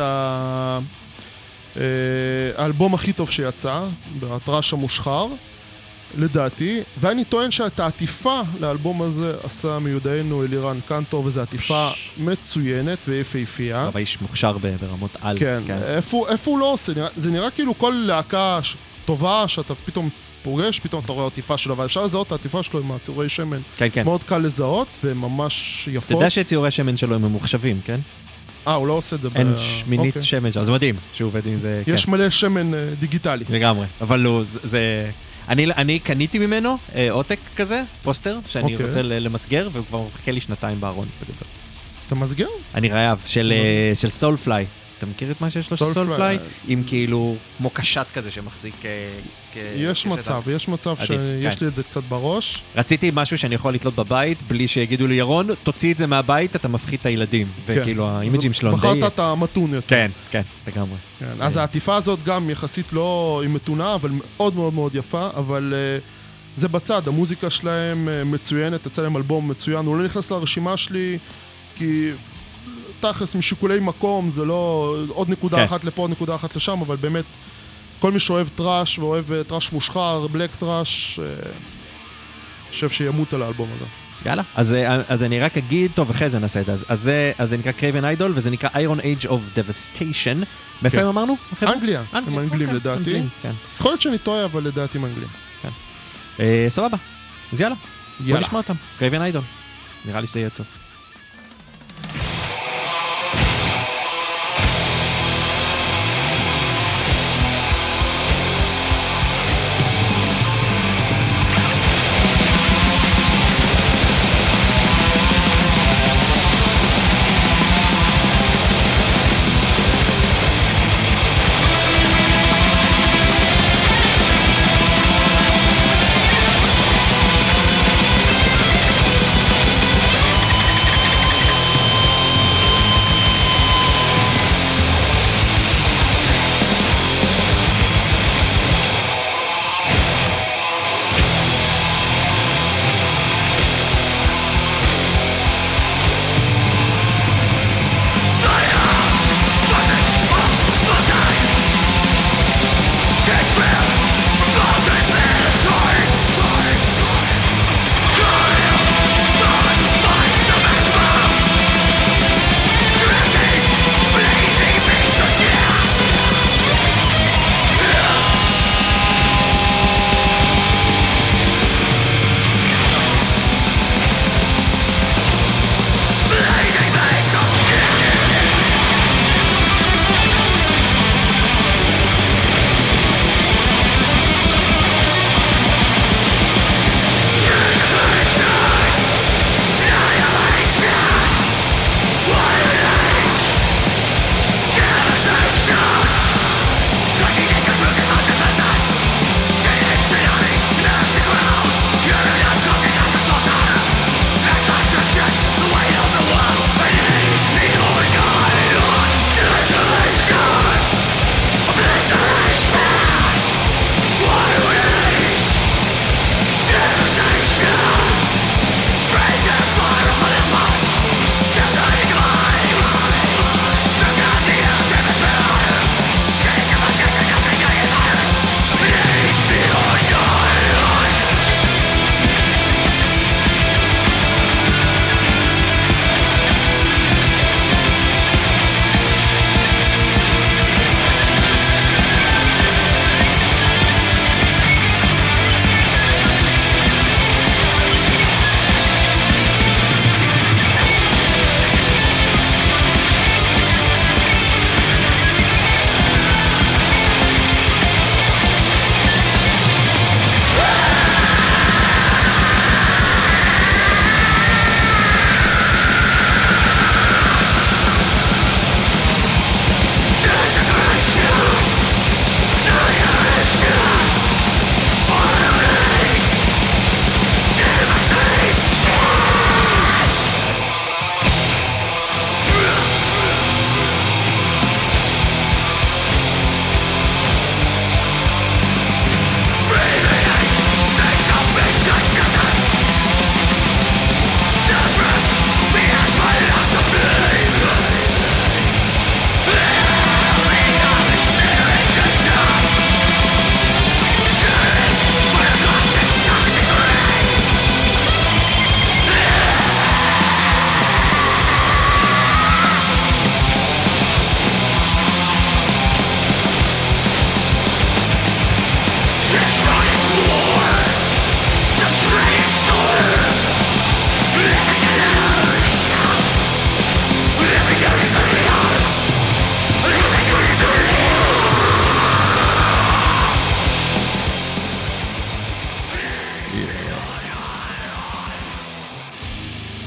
האלבום הכי טוב שיצא, בהטרש המושחר. לדעתי, ואני טוען שאת העטיפה לאלבום הזה עשה מיודענו אלירן קנטור, וזו עטיפה מצוינת ויפהפייה. אבל איש מוכשר ברמות על. כן, איפה הוא לא עושה? זה נראה כאילו כל להקה טובה שאתה פתאום פוגש, פתאום אתה רואה עטיפה שלו, אבל אפשר לזהות את העטיפה שלו עם הציורי שמן. כן, כן. מאוד קל לזהות, וממש יפות. אתה יודע שציורי שמן שלו הם ממוחשבים, כן? אה, הוא לא עושה את זה. אין שמינית שמן שלו, זה מדהים שהוא עובד עם זה. יש מלא שמן דיגיטלי. לגמרי, אבל לא, זה... אני, אני קניתי ממנו אה, עותק כזה, פוסטר, שאני okay. רוצה למסגר, והוא כבר מחכה לי שנתיים בארון. אתה מסגר? אני רעב, של, uh, של סולפליי. אתה מכיר את מה שיש לו של סולפליי? עם כאילו, כמו קשת כזה שמחזיק... כ... יש מצב, יש מצב שיש לי את זה קצת בראש. רציתי משהו שאני יכול לתלות בבית, בלי שיגידו לי, ירון, תוציא את זה מהבית, אתה מפחית את הילדים. וכאילו, האימג'ים שלו... בחרת את המתון יותר. כן, כן, לגמרי. אז העטיפה הזאת גם יחסית לא היא מתונה, אבל מאוד מאוד מאוד יפה, אבל זה בצד, המוזיקה שלהם מצוינת, יצא להם אלבום מצוין, הוא לא נכנס לרשימה שלי, כי... תכלס משיקולי מקום, זה לא עוד נקודה אחת לפה, עוד נקודה אחת לשם, אבל באמת, כל מי שאוהב טראש ואוהב טראש מושחר, בלק טראש, חושב שימות על האלבום הזה. יאללה, אז, אז אני רק אגיד, טוב, אחרי זה נעשה את זה, אז, אז, אז זה נקרא קרייבן איידול, וזה נקרא Iron Age of Devastation. מאיפה הם אמרנו? אנגליה, הם אנגלים לדעתי. יכול להיות שאני טועה, אבל לדעתי הם אנגלים. סבבה, אז יאללה, בוא נשמע אותם, קרייבן איידול. נראה לי שזה יהיה טוב.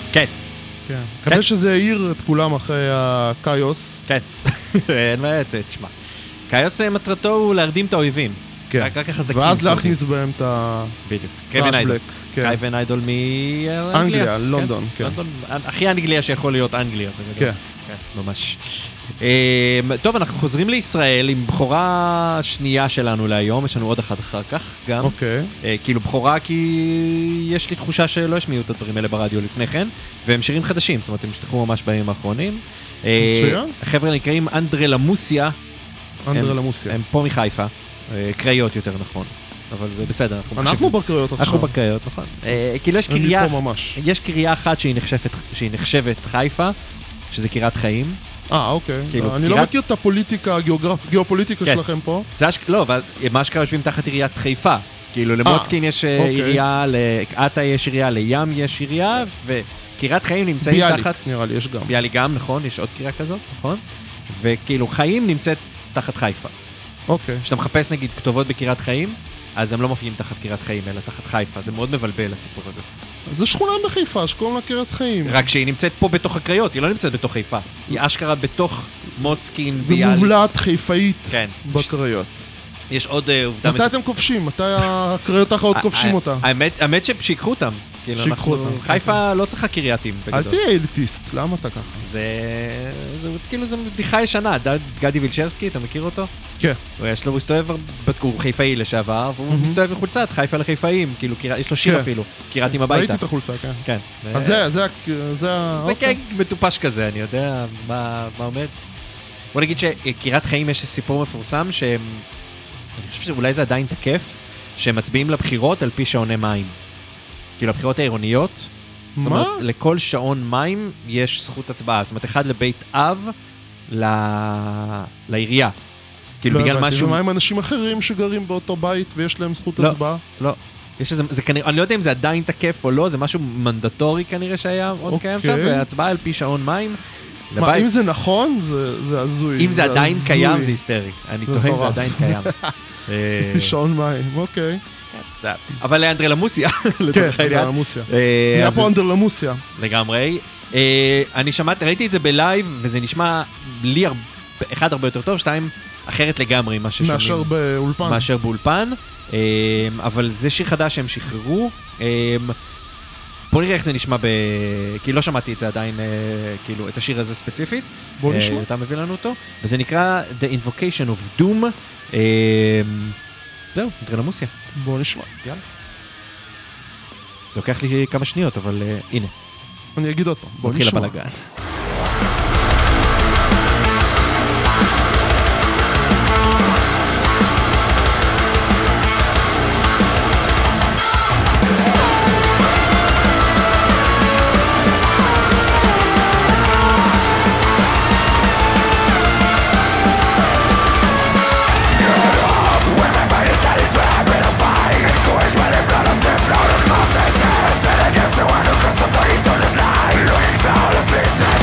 כן. כן. מקווה שזה העיר את כולם אחרי הקיוס. כן. אין מה, תשמע. קיוס מטרתו הוא להרדים את האויבים. כן. רק ככה חזקים. ואז להכניס בהם את ה... בדיוק. קייבן איידול. קייבן איידול מאנגליה. אנגליה, לונדון, כן. הכי אנגליה שיכול להיות אנגליה. כן. ממש. טוב, אנחנו חוזרים לישראל עם בחורה שנייה שלנו להיום, יש לנו עוד אחת אחר כך גם. אוקיי. כאילו בחורה כי יש לי תחושה שלא השמיעו את הדברים האלה ברדיו לפני כן, והם שירים חדשים, זאת אומרת, הם השתחררו ממש בימים האחרונים. מצוין. החבר'ה נקראים אנדרלמוסיה. אנדרלמוסיה. הם פה מחיפה, קריות יותר נכון. אבל זה בסדר. אנחנו בקריות עכשיו. אנחנו בקריות, נכון. כאילו יש קריה, יש קריה אחת שהיא נחשבת חיפה, שזה קריית חיים. אה, אוקיי. אני לא מכיר את הפוליטיקה, הגיאופוליטיקה שלכם פה. לא, מה שקרה יושבים תחת עיריית חיפה. כאילו למוצקין יש עירייה, לאטה יש עירייה, לים יש עירייה, וקריית חיים נמצאים תחת... ביאליק, נראה לי, יש גם. ביאליק גם, נכון, יש עוד קרייה כזאת, נכון? וכאילו חיים נמצאת תחת חיפה. אוקיי. כשאתה מחפש נגיד כתובות בקריית חיים, אז הם לא מופיעים תחת קריית חיים, אלא תחת חיפה. זה מאוד מבלבל, הסיפור הזה. זה שכונה בחיפה, שקוראים לה קריית חיים. רק שהיא נמצאת פה בתוך הקריות, היא לא נמצאת בתוך חיפה. היא אשכרה בתוך מוצקין ויאליק. זה מובלעת חיפאית בקריות. יש עוד עובדה... מתי אתם כובשים? מתי הקריות האחרות כובשים אותה? האמת ששיקחו אותם. שיקחו אותם. חיפה לא צריכה קרייתים. אל תהיה אליטיסט, למה אתה ככה? זה... כאילו זה בדיחה ישנה, גדי וילשרסקי, אתה מכיר אותו? כן. יש לו, הוא מסתובב, הוא חיפאי לשעבר, והוא מסתובב בחולצת, חיפה לחיפאים, כאילו, יש לו שיר אפילו, קריאתים הביתה. ראיתי את החולצה, כן. כן. אז זה, זה, זה... זה קייג מטופש כזה, אני יודע מה עומד. בוא נגיד שקריית חיים יש סיפור מפורסם, שהם, אני חושב שאולי זה עדיין תקף, שהם מצביעים לבחירות על פי שעוני מים. כאילו, הבחירות העירוניות, מה? זאת אומרת, לכל שעון מים יש זכות הצבעה. זאת אומרת, אחד לבית אב, לעירייה. כאילו, בגלל משהו... ומה עם אנשים אחרים שגרים באותו בית ויש להם זכות הצבעה? לא, יש איזה, זה כנראה, אני לא יודע אם זה עדיין תקף או לא, זה משהו מנדטורי כנראה שהיה עוד קיים שם, והצבעה על פי שעון מים. מה, אם זה נכון, זה הזוי. אם זה עדיין קיים, זה היסטרי. אני טוען זה עדיין קיים. לפי שעון מים, אוקיי. אבל לאנדרלמוסיה. כן, אנדרלמוסיה. היה פה אנדרלמוסיה. לגמרי. אני שמעתי, ראיתי את זה בלייב, וזה נשמע לי אחד הרבה יותר טוב, שתיים אחרת לגמרי מה ששומעים. מאשר באולפן. מאשר באולפן. אבל זה שיר חדש שהם שחררו. בוא נראה איך זה נשמע ב... כי לא שמעתי את זה עדיין, כאילו, את השיר הזה ספציפית. בוא נשמע. אתה מביא לנו אותו. וזה נקרא The Invocation of Doom. זהו, אנדרלמוסיה. בוא נשמע. יאללה. זה לוקח לי כמה שניות, אבל הנה. אני אגיד עוד פעם. בוא נשמע. מתחיל הבלגן. Against the one who cuts the bodies on this line, looking flawlessly.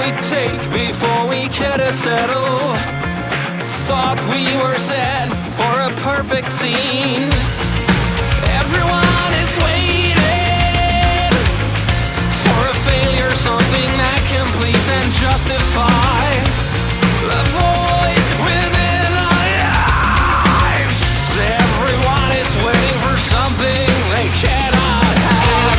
we take before we care to settle? Thought we were set for a perfect scene. Everyone is waiting for a failure, something that can please and justify the void within our lives. Everyone is waiting for something they cannot have.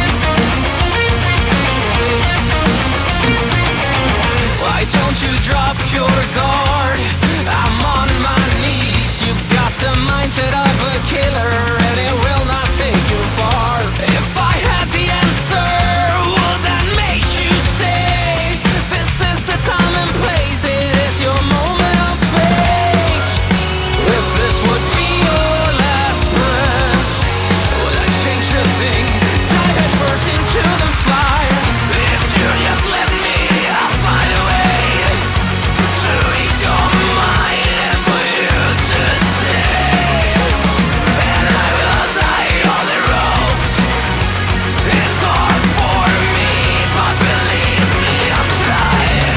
Why don't you drop your guard? I'm on my knees. You got the mindset of a killer, and it will not take you far. If I had the answer, would that make you stay? This is the time and place. It is your moment of fate. If this would be your last breath, would I change a thing? Dive head first into the fire. If you just let me, I'll find a way to ease your mind and for you to stay. And I will tie all the ropes. It's hard for me, but believe me, I'm trying.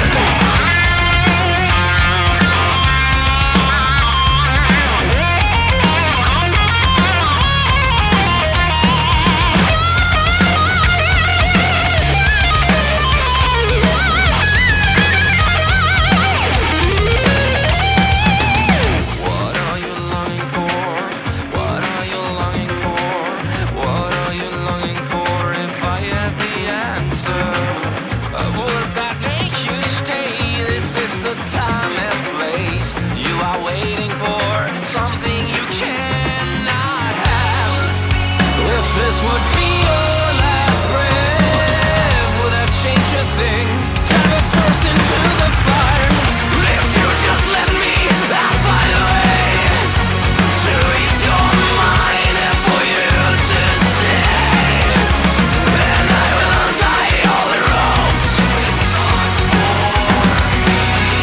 What are you longing for? What are you longing for? What are you longing for? If I had the answer, uh, would that make you stay? This is the time and place. You are waiting for something you cannot have. If this would be your last breath, would that change a thing? Dive it first into the fire. If you just let me, I'll find a way to ease your mind and for you to stay. And I will untie all the ropes. It's hard for me.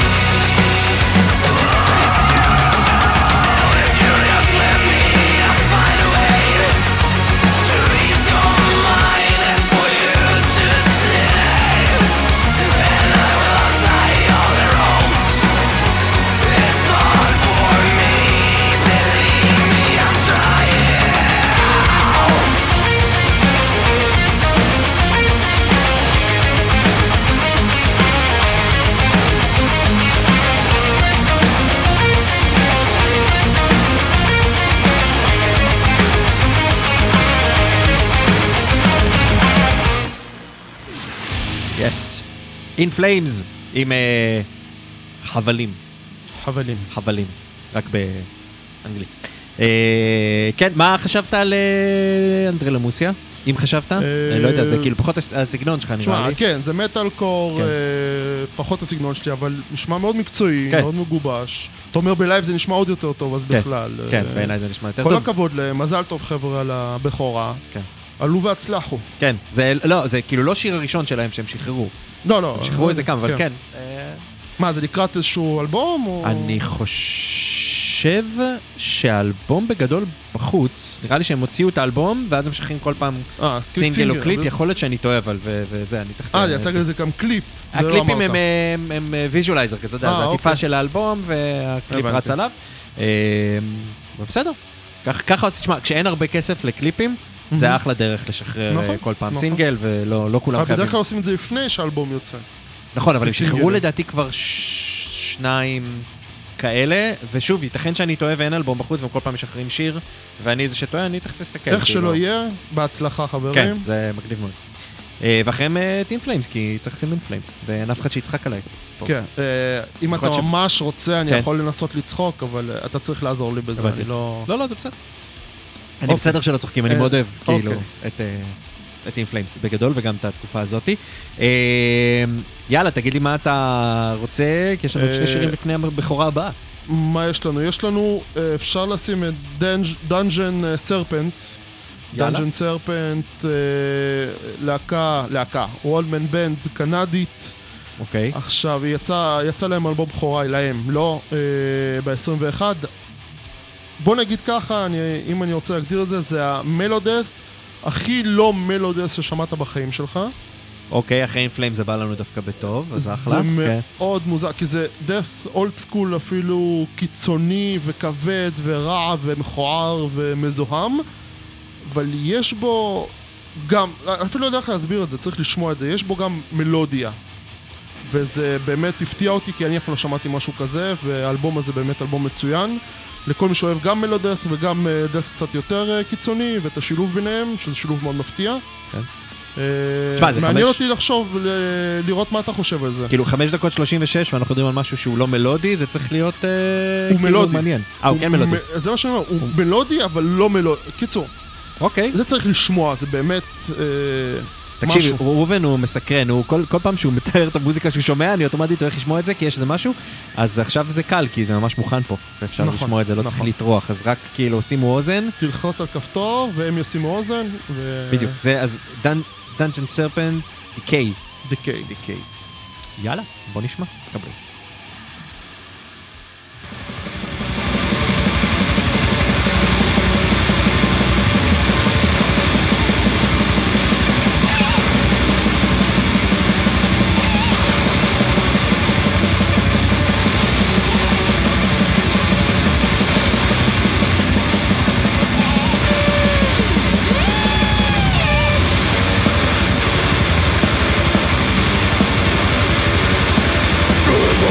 If you just let me, I'll find a way to ease your mind and for you to stay. And I will untie all the ropes. It's hard for me, believe me, I'm trying. Yes. In Flames, עם אה, חבלים. חבלים. חבלים. רק באנגלית. אה, כן, מה חשבת על אה, אנדרלמוסיה? אם חשבת? אה, אני לא יודע, זה כאילו פחות הס- הסגנון שלך, נראה תשמע, לי. כן, זה מטאל קור, כן. אה, פחות הסגנון שלי, אבל נשמע מאוד מקצועי, כן. מאוד מגובש. אתה אומר בלייב זה נשמע עוד יותר טוב, אז כן, בכלל. כן, אה, בעיניי זה נשמע יותר כל טוב. הכבוד למזל טוב חבר'ה על הבכורה. כן. עלו והצלחו. כן, זה לא, זה כאילו לא שיר הראשון שלהם שהם שחררו. לא, לא. הם שחררו את זה כמה, אבל כן. מה, זה לקראת איזשהו אלבום? או... אני חושב שהאלבום בגדול בחוץ, נראה לי שהם הוציאו את האלבום, ואז הם משחררים כל פעם אה, סינגל או קליפ, אבל- יכול להיות שאני טועה, אבל ו- וזה, אני תכף... אה, יצא לזה גם קליפ. זה לא הקליפים אמרת. הם- הם- הם ויז'ואלייזר, אתה יודע, אה, זה עטיפה אוקיי. של האלבום, והקליפ הבנתי. רץ עליו. אה, ובסדר. כך- ככה, תשמע, כשאין הרבה כסף לקליפים, זה אחלה דרך לשחרר נכון, אה, כל פעם נכון. סינגל, ולא לא כולם אבל חייבים. בדרך כלל עושים את זה לפני שהאלבום יוצא. נכון, אבל הם בסינגלים. שחררו לדעתי כבר ש- שניים כאלה, ושוב, ייתכן שאני טועה ואין אלבום בחוץ, והם כל פעם משחררים שיר, ואני זה שטועה, אני תכף אסתכל. איך כאילו. שלא יהיה, בהצלחה חברים. כן, זה מגניב מאוד. אה, ואחריהם טים פליימס, כי צריך לשים טים פליימס, ואין אף אחד שיצחק עליי. פה. כן, אה, אם אתה יכול להיות ש- ממש רוצה, אני כן. יכול לנסות לצחוק, אבל אה, אתה צריך לעזור לי בזה, הבנתי. אני לא... לא, לא, זה בסדר. אני אוקיי. בסדר שלא צוחקים, אני אה, מאוד אוהב, כאילו, אוקיי. את... אה, את טים פליימס בגדול, וגם את התקופה הזאת. אה, יאללה, תגיד לי מה אתה רוצה, כי יש לנו עוד שני אה, שירים לפני הבכורה הבאה. מה יש לנו? יש לנו, אה, אפשר לשים את דאנג'ן סרפנט. יאללה. דאנג'ן סרפנט, להקה, להקה, וולמן בנד קנדית. אוקיי. עכשיו, יצא, יצא להם אלבום בכורה, להם, לא אה, ב-עשרים ואחת. בוא נגיד ככה, אני, אם אני רוצה להגדיר את זה, זה המלודף הכי לא מלודף ששמעת בחיים שלך. אוקיי, אחרי אינפליים זה בא לנו דווקא בטוב, אז אחלה. זה מאוד מוזר, כי זה death old school אפילו קיצוני וכבד ורע ומכוער ומזוהם, אבל יש בו גם, אפילו לא יודע איך להסביר את זה, צריך לשמוע את זה, יש בו גם מלודיה. וזה באמת הפתיע אותי, כי אני אפילו לא שמעתי משהו כזה, והאלבום הזה באמת אלבום מצוין. לכל מי שאוהב גם מלודף וגם דף קצת יותר קיצוני, ואת השילוב ביניהם, שזה שילוב מאוד מפתיע. מעניין אותי לחשוב, לראות מה אתה חושב על זה. כאילו חמש דקות שלושים ושש, ואנחנו יודעים על משהו שהוא לא מלודי, זה צריך להיות כאילו מעניין. אה, הוא כן מלודי. זה מה שאני אומר, הוא מלודי, אבל לא מלודי. קיצור, אוקיי. זה צריך לשמוע, זה באמת משהו. תקשיב, ראובן הוא מסקרן, הוא כל פעם שהוא מתאר את המוזיקה שהוא שומע, אני אוטומטית הולך לשמוע את זה, כי יש איזה משהו, אז עכשיו זה קל, כי זה ממש מוכן פה, ואפשר לשמוע את זה, לא צריך לטרוח, אז רק כאילו שימו אוזן. תלחוץ על כפתור, והם ישימו אוזן. בדיוק, זה אז Dungeon Serpent Decay. Decay. Decay. יאללה, בוא נשמע, קבלי. Good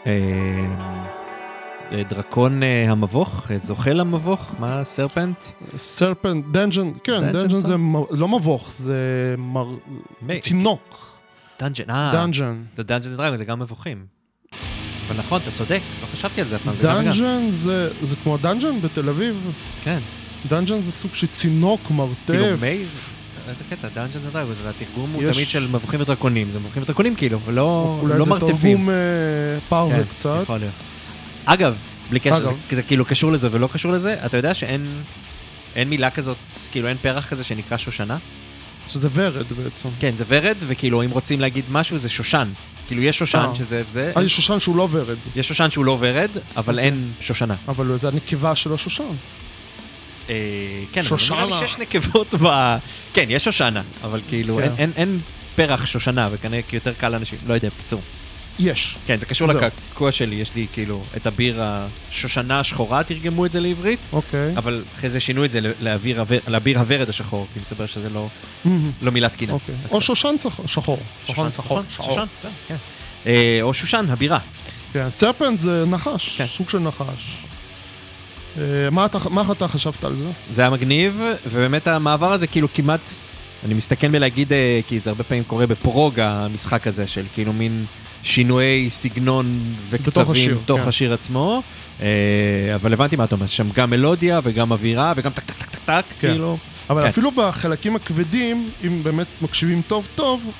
דרקון המבוך, זוכל המבוך, מה, סרפנט? סרפנט, דנג'ן, כן, דנג'ן זה לא מבוך, זה צינוק. דנג'ן, אה. דנג'ן. זה דנג'ן דרגון, זה גם מבוכים. אבל נכון, אתה צודק, לא חשבתי על זה. דנג'ן זה כמו דנג'ן בתל אביב. כן. דנג'ן זה סוג של צינוק, מרתף. כאילו מייז? איזה קטע, דנג'ן זה דרגון, והתרגום הוא תמיד של מבוכים ודרקונים, זה מבוכים ודרקונים כאילו, לא מרתפים. אולי זה תרגום פרווה קצת. יכול להיות. אגב, בלי קשר, זה כאילו קשור לזה ולא קשור לזה, אתה יודע שאין מילה כזאת, כאילו אין פרח כזה שנקרא שושנה? שזה ורד בעצם. כן, זה ורד, וכאילו אם רוצים להגיד משהו זה שושן. כאילו יש שושן שזה... אה, יש שושן שהוא לא ורד. יש שושן שהוא לא ורד, אבל אין שושנה. אבל זה הנקבה של השושן. כן, אבל נראה לי שיש נקבות ב... כן, יש שושנה, אבל כאילו אין פרח שושנה, וכנראה יותר קל לאנשים, לא יודע, בקיצור. יש. כן, זה קשור לקעקוע שלי, יש לי כאילו את הביר השושנה השחורה, תרגמו את זה לעברית. אוקיי. אבל אחרי זה שינו את זה לביר הוורד השחור, כי מסבר שזה לא מילת קינה. או שושן שחור. שושן שחור. שושן, כן. או שושן, הבירה. כן, סרפנט זה נחש, סוג של נחש. מה אתה חשבת על זה? זה היה מגניב, ובאמת המעבר הזה כאילו כמעט, אני מסתכן בלהגיד, כי זה הרבה פעמים קורה בפרוג המשחק הזה, של כאילו מין שינויי סגנון וקצבים תוך השיר עצמו, אבל הבנתי מה אתה אומר, שם גם מלודיה וגם אווירה וגם טק טק טק טק טק, כאילו. אבל אפילו בחלקים הכבדים, אם באמת מקשיבים טוב טוב,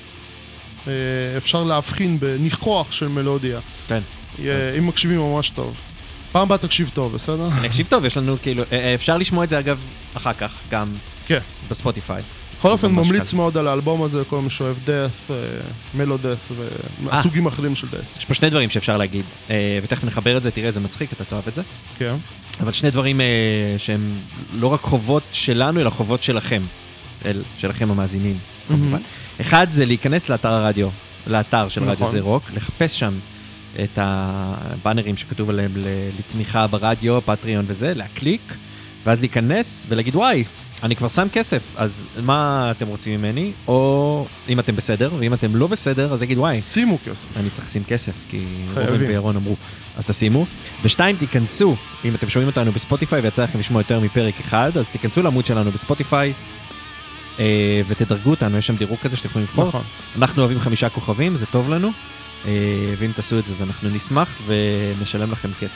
אפשר להבחין בניחוח של מלודיה. כן. אם מקשיבים ממש טוב. פעם הבאה תקשיב טוב, בסדר? אני אקשיב טוב, יש לנו כאילו, אפשר לשמוע את זה אגב אחר כך, גם בספוטיפיי. בכל אופן ממליץ מאוד על האלבום הזה, כל מי שאוהב death, מלו death וסוגים אחרים של death. יש פה שני דברים שאפשר להגיד, ותכף נחבר את זה, תראה, זה מצחיק, אתה תאהב את זה. כן. אבל שני דברים שהם לא רק חובות שלנו, אלא חובות שלכם, שלכם המאזינים, כמובן. אחד זה להיכנס לאתר הרדיו, לאתר של רדיו זה רוק, לחפש שם את הבאנרים שכתוב עליהם לתמיכה ברדיו, פטריון וזה, להקליק, ואז להיכנס ולהגיד, וואי, אני כבר שם כסף, אז מה אתם רוצים ממני? או אם אתם בסדר, ואם אתם לא בסדר, אז להגיד, וואי, שימו כסף. אני צריך לשים כסף, כי רובן וירון אמרו, אז תשימו. ושתיים, תיכנסו, אם אתם שומעים אותנו בספוטיפיי, ויצא לכם לשמוע יותר מפרק אחד, אז תיכנסו לעמוד שלנו בספוטיפיי, ותדרגו אותנו, יש שם דירוג כזה שאתם יכולים לבחור. אנחנו אוהבים חמישה כוכבים, זה טוב לנו. ואם תעשו את זה, אז אנחנו נשמח ונשלם לכם כסף.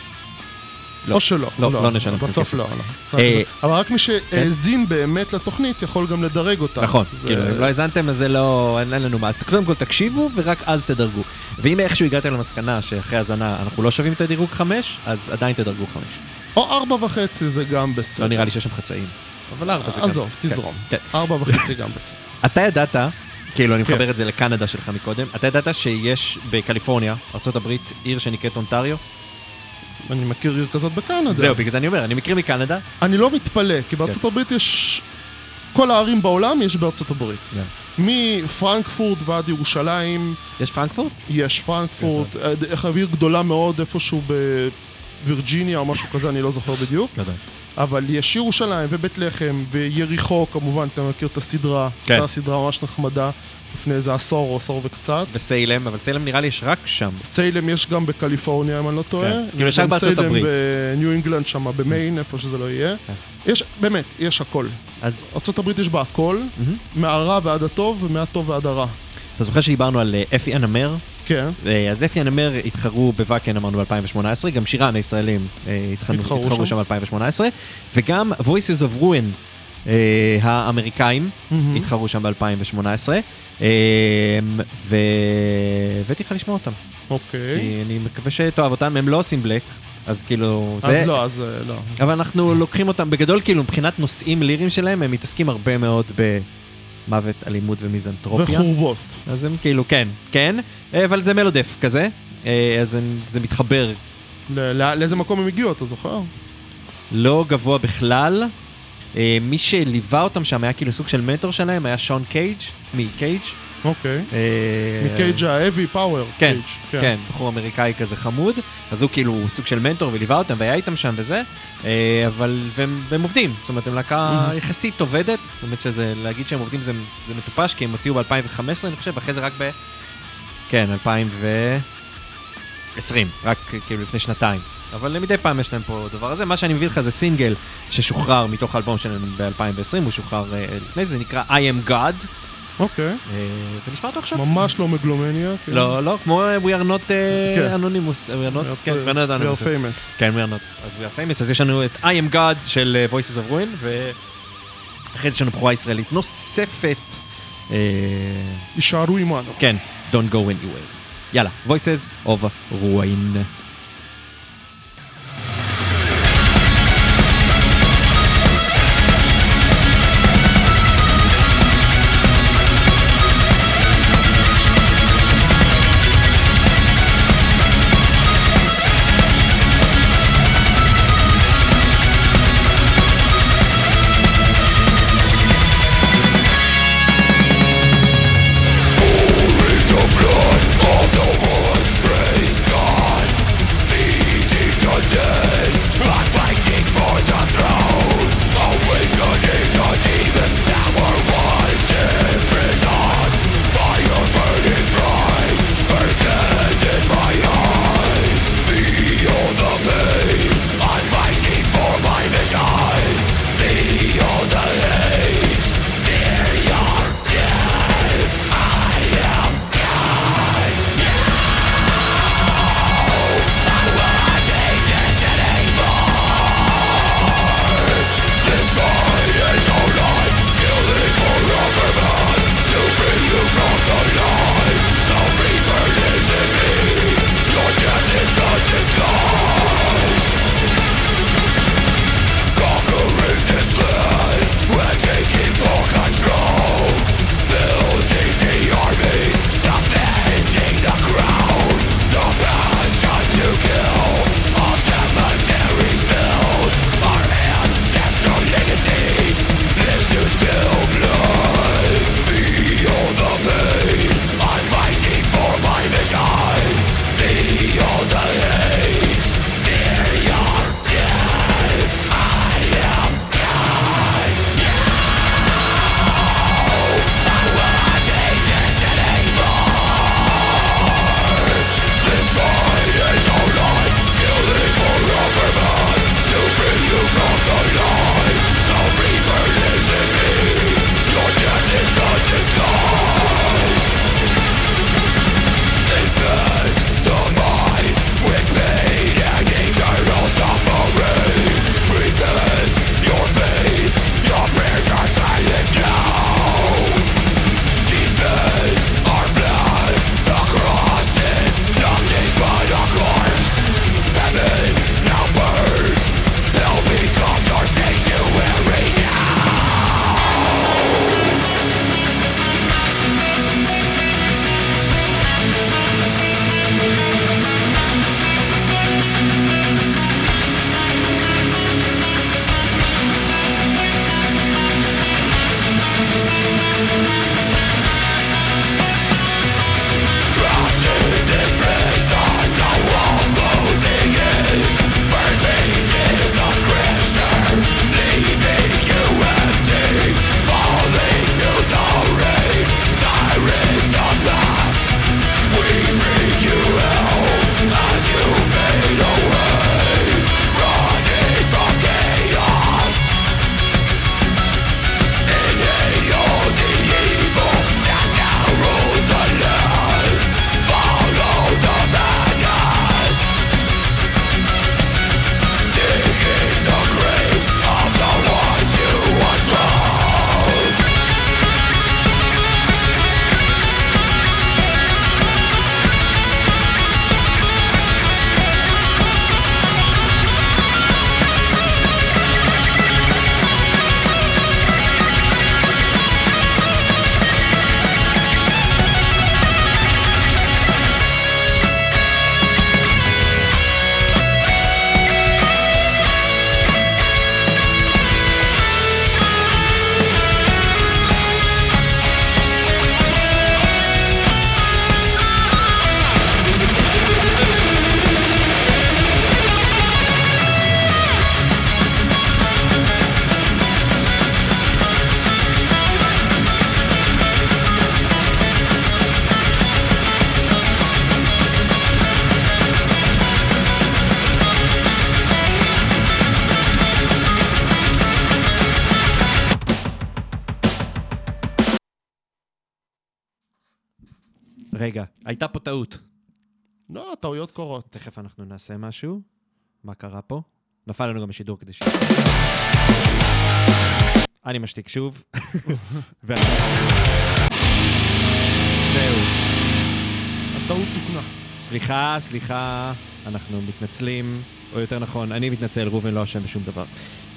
או שלא. לא, לא נשלם לכם כסף. בסוף לא. אבל רק מי שהאזין באמת לתוכנית יכול גם לדרג אותה. נכון, כאילו, אם לא האזנתם, אז זה לא, אין לנו מה. אז קודם כל תקשיבו ורק אז תדרגו. ואם איכשהו הגעתם למסקנה שאחרי הזנה אנחנו לא שווים את הדירוג חמש, אז עדיין תדרגו חמש. או ארבע וחצי זה גם בסדר. לא נראה לי שיש שם חצאים. אבל ארבע זה גם. עזוב, תזרום. ארבע וחצי גם בסדר. אתה ידעת, כאילו אני מחבר את זה לקנדה שלך מקודם, אתה ידעת שיש בקליפורניה, ארצות הברית, עיר שנקראת אונטריו? אני מכיר עיר כזאת בקנדה. זהו, בגלל זה אני אומר, אני מכיר מקנדה. אני לא מתפלא, כי בארצות הברית יש... כל הערים בעולם יש בארצות הברית. מפרנקפורט ועד ירושלים. יש פרנקפורט? יש פרנקפורט, איך עיר גדולה מאוד איפשהו בווירג'יניה או משהו כזה, אני לא זוכר בדיוק. אבל יש ירושלים ובית לחם ויריחו, כמובן, אתה מכיר את הסדרה, כן. זו הסדרה ממש נחמדה, לפני איזה עשור או עשור וקצת. וסיילם, אבל סיילם נראה לי יש רק שם. סיילם יש גם בקליפורניה, אם אני לא טועה. כן. כאילו יש רק בארצות הברית. סיילם בניו אינגלנד שם, במיין, איפה שזה לא יהיה. כן. יש, באמת, יש הכל. אז... ארצות הברית יש בה הכל, mm-hmm. מהרע ועד הטוב ומהטוב ועד הרע. אז אתה זוכר שדיברנו על אפי אנמר? כן. אז אפי אנמר התחרו בוואקן, אמרנו ב-אלפיים שמונה עשרה, גם שירן הישראלים התחרו, התחרו שם ב-אלפיים שמונה עשרה, וגם Voices of Ruin, האמריקאים, mm-hmm. התחרו שם ב-אלפיים שמונה עשרה, והבאתי לך לשמוע אותם. אוקיי. כי אני מקווה שתאהב אותם, הם לא עושים בלק, אז כאילו... אז זה... לא, אז לא. אבל אנחנו לוקחים אותם בגדול, כאילו מבחינת נושאים ליריים שלהם, הם מתעסקים הרבה מאוד ב... מוות, אלימות ומיזנטרופיה. וחורבות. אז הם כאילו, כן, כן, אבל זה מלודף כזה, אז זה מתחבר. לאיזה מקום הם הגיעו, אתה זוכר? לא גבוה בכלל. מי שליווה אותם שם היה כאילו סוג של מנטור שלהם, היה שון קייג' מקייג'. אוקיי. מקייג' ה-heavy power. כן, כן, בחור אמריקאי כזה חמוד, אז הוא כאילו סוג של מנטור וליווה אותם והיה איתם שם וזה, אבל, והם עובדים, זאת אומרת, הם להקה יחסית עובדת, זאת אומרת שזה, להגיד שהם עובדים זה מטופש, כי הם הוציאו ב-אלפיים וחמש עשרה, אני חושב, אחרי זה רק ב... כן, אלפיים ו... עשרים, רק כאילו לפני שנתיים. אבל מדי פעם יש להם פה דבר הזה. מה שאני מביא לך זה סינגל ששוחרר מתוך האלבום שלנו ב-אלפיים ועשרים, הוא שוחרר לפני זה, נקרא I am God. אוקיי. ונשמע אותו עכשיו. ממש לא מגלומניה. לא, לא, כמו We are not anonymous. We are not, כן, we are not anonymous. We are famous. כן, we are not. אז we are famous. אז יש לנו את I am God של Voices of Ruin, ואחרי זה יש לנו בחורה ישראלית נוספת. יישארו עמנו. כן, Don't go anywhere. יאללה, Voices of Ruin. The blood of the ones praise God. רגע, הייתה פה טעות. לא, טעויות קורות. תכף אנחנו נעשה משהו. מה קרה פה? נפל לנו גם השידור כדי ש... אני משתיק שוב. זהו. הטעות תוקנה. סליחה, סליחה, אנחנו מתנצלים, או יותר נכון, אני מתנצל, רובן לא אשם בשום דבר.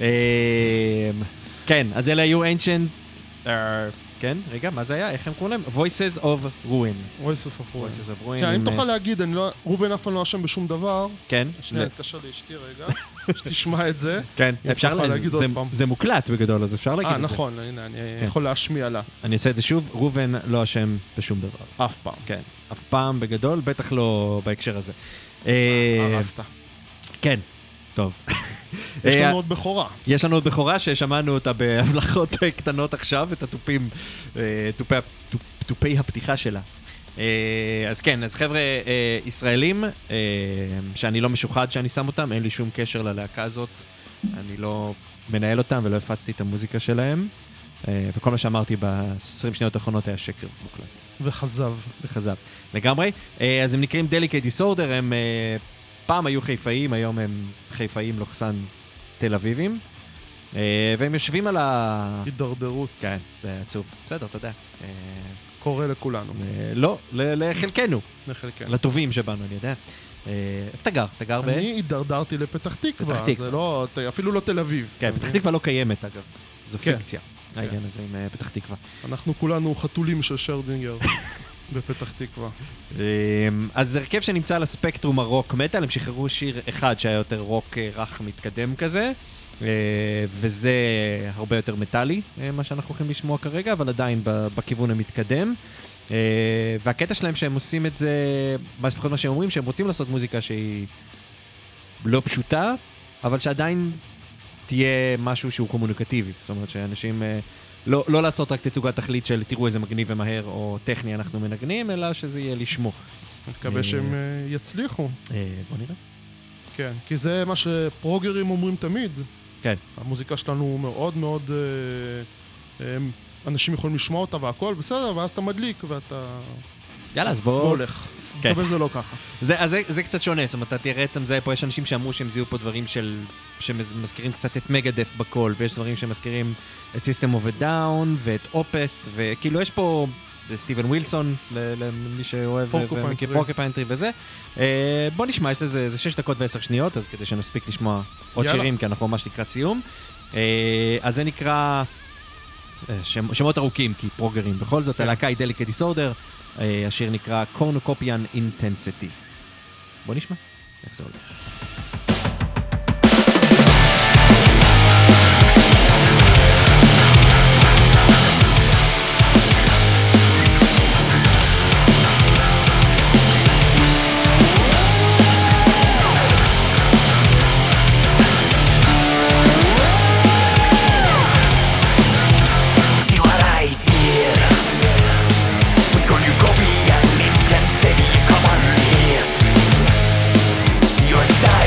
כן, אז אלה היו ancient... כן, רגע, מה זה היה? איך הם קוראים להם? Voices of Ruin. Voices of Ruin. Voices of Ruin. אם תוכל להגיד, רובן אף פעם לא אשם בשום דבר. כן. שנייה, תקשר לאשתי רגע, שתשמע את זה. כן, אפשר להגיד עוד פעם. זה מוקלט בגדול, אז אפשר להגיד את זה. אה, נכון, הנה, אני יכול להשמיע לה. אני אעשה את זה שוב, רובן לא אשם בשום דבר. אף פעם. כן, אף פעם בגדול, בטח לא בהקשר הזה. הרסת. כן, טוב. יש לנו עוד בכורה. יש לנו עוד בכורה ששמענו אותה בהבלחות קטנות עכשיו, את התופים, תופי הפתיחה שלה. אז כן, אז חבר'ה ישראלים, שאני לא משוחד שאני שם אותם, אין לי שום קשר ללהקה הזאת, אני לא מנהל אותם ולא הפצתי את המוזיקה שלהם, וכל מה שאמרתי ב-עשרים שניות האחרונות היה שקר מוקלט. וחזב. וחזב, לגמרי. אז הם נקראים Delicate Disorder, הם... פעם היו חיפאים, היום הם חיפאים לוחסן תל אביבים, והם יושבים על ה... הידרדרות. כן, זה עצוב. בסדר, אתה יודע. קורה לכולנו. לא, לחלקנו. לחלקנו. לטובים שבנו, אני יודע. איפה אתה גר? אתה גר ב... אני הידרדרתי לפתח תקווה. פתח תקווה. זה לא, אפילו לא תל אביב. כן, פתח תקווה לא קיימת, אגב. זו פיקציה. העניין הזה עם פתח תקווה. אנחנו כולנו חתולים של שרדינגר. בפתח תקווה. אז זה הרכב שנמצא על הספקטרום הרוק מטל, הם שחררו שיר אחד שהיה יותר רוק רך מתקדם כזה, וזה הרבה יותר מטלי, מה שאנחנו הולכים לשמוע כרגע, אבל עדיין בכיוון המתקדם. והקטע שלהם שהם עושים את זה, לפחות מה שהם אומרים, שהם רוצים לעשות מוזיקה שהיא לא פשוטה, אבל שעדיין תהיה משהו שהוא קומוניקטיבי. זאת אומרת שאנשים... לא, לא לעשות רק תצוגת תכלית של תראו איזה מגניב ומהר או טכני אנחנו מנגנים, אלא שזה יהיה לשמו. אני מקווה שהם יצליחו. בוא נראה. כן, כי זה מה שפרוגרים אומרים תמיד. כן. המוזיקה שלנו מאוד מאוד... אנשים יכולים לשמוע אותה והכל בסדר, ואז אתה מדליק ואתה... יאללה, אז בוא... הולך. אני מקווה שזה לא ככה. זה, אז זה, זה קצת שונה, זאת אומרת, אתה תראה את זה, פה יש אנשים שאמרו שהם זיהו פה דברים של, שמזכירים קצת את מגדף בקול, ויש דברים שמזכירים את System of a Down ואת אופת, וכאילו יש פה סטיבן ווילסון, למי שאוהב, פורקופיין-טרי וזה. בוא נשמע, יש לזה, זה שש דקות ועשר שניות, אז כדי שנספיק לשמוע עוד שירים, כי אנחנו ממש לקראת סיום. אז זה נקרא, שמות ארוכים, כי פרוגרים, בכל זאת, הלהקה היא Delicate Disorder, השיר נקרא Cornucopian Intensity. בוא נשמע, איך זה הולך. Your side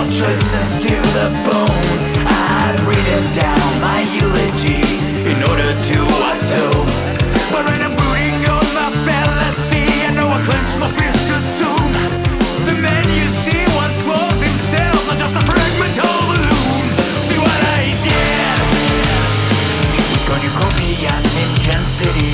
Tough choices to the bone. I'd written down my eulogy in order to atone. But when I'm brooding on my fallacy, I know I clench my fist to assume the man you see once was himself, not just a fragment of a balloon. See what I did with cornucopia and intensity.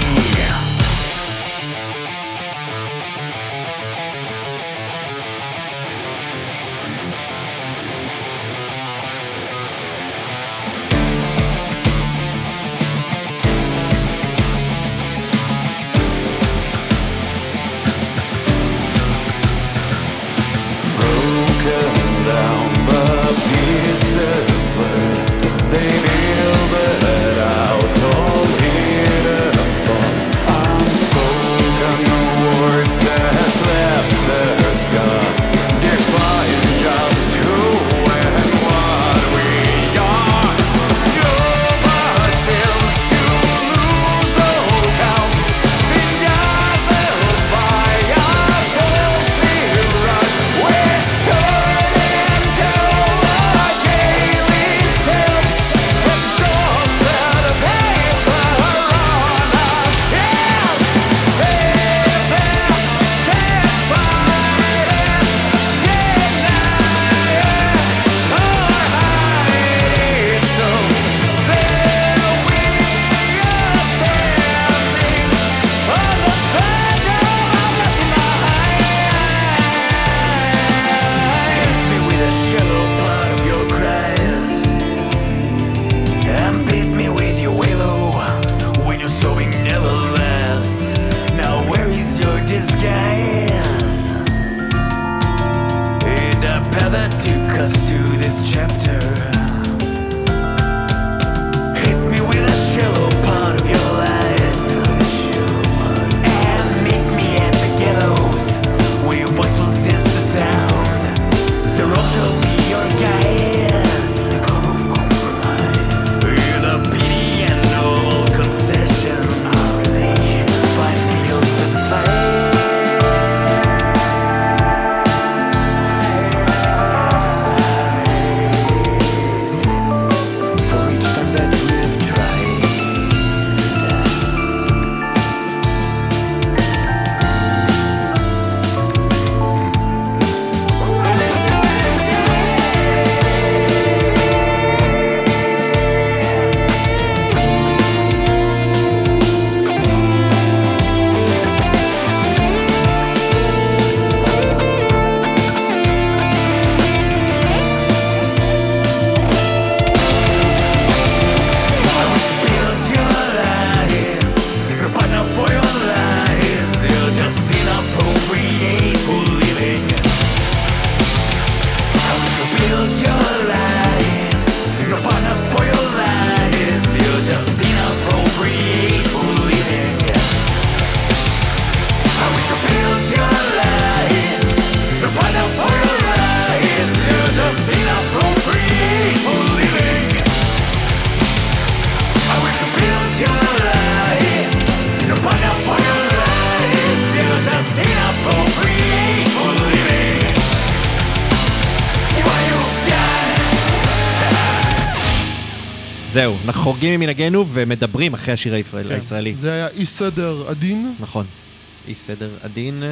זהו, אנחנו חורגים ממנהגנו ומדברים אחרי השיר הישראלי. זה היה אי סדר עדין. נכון, אי סדר עדין.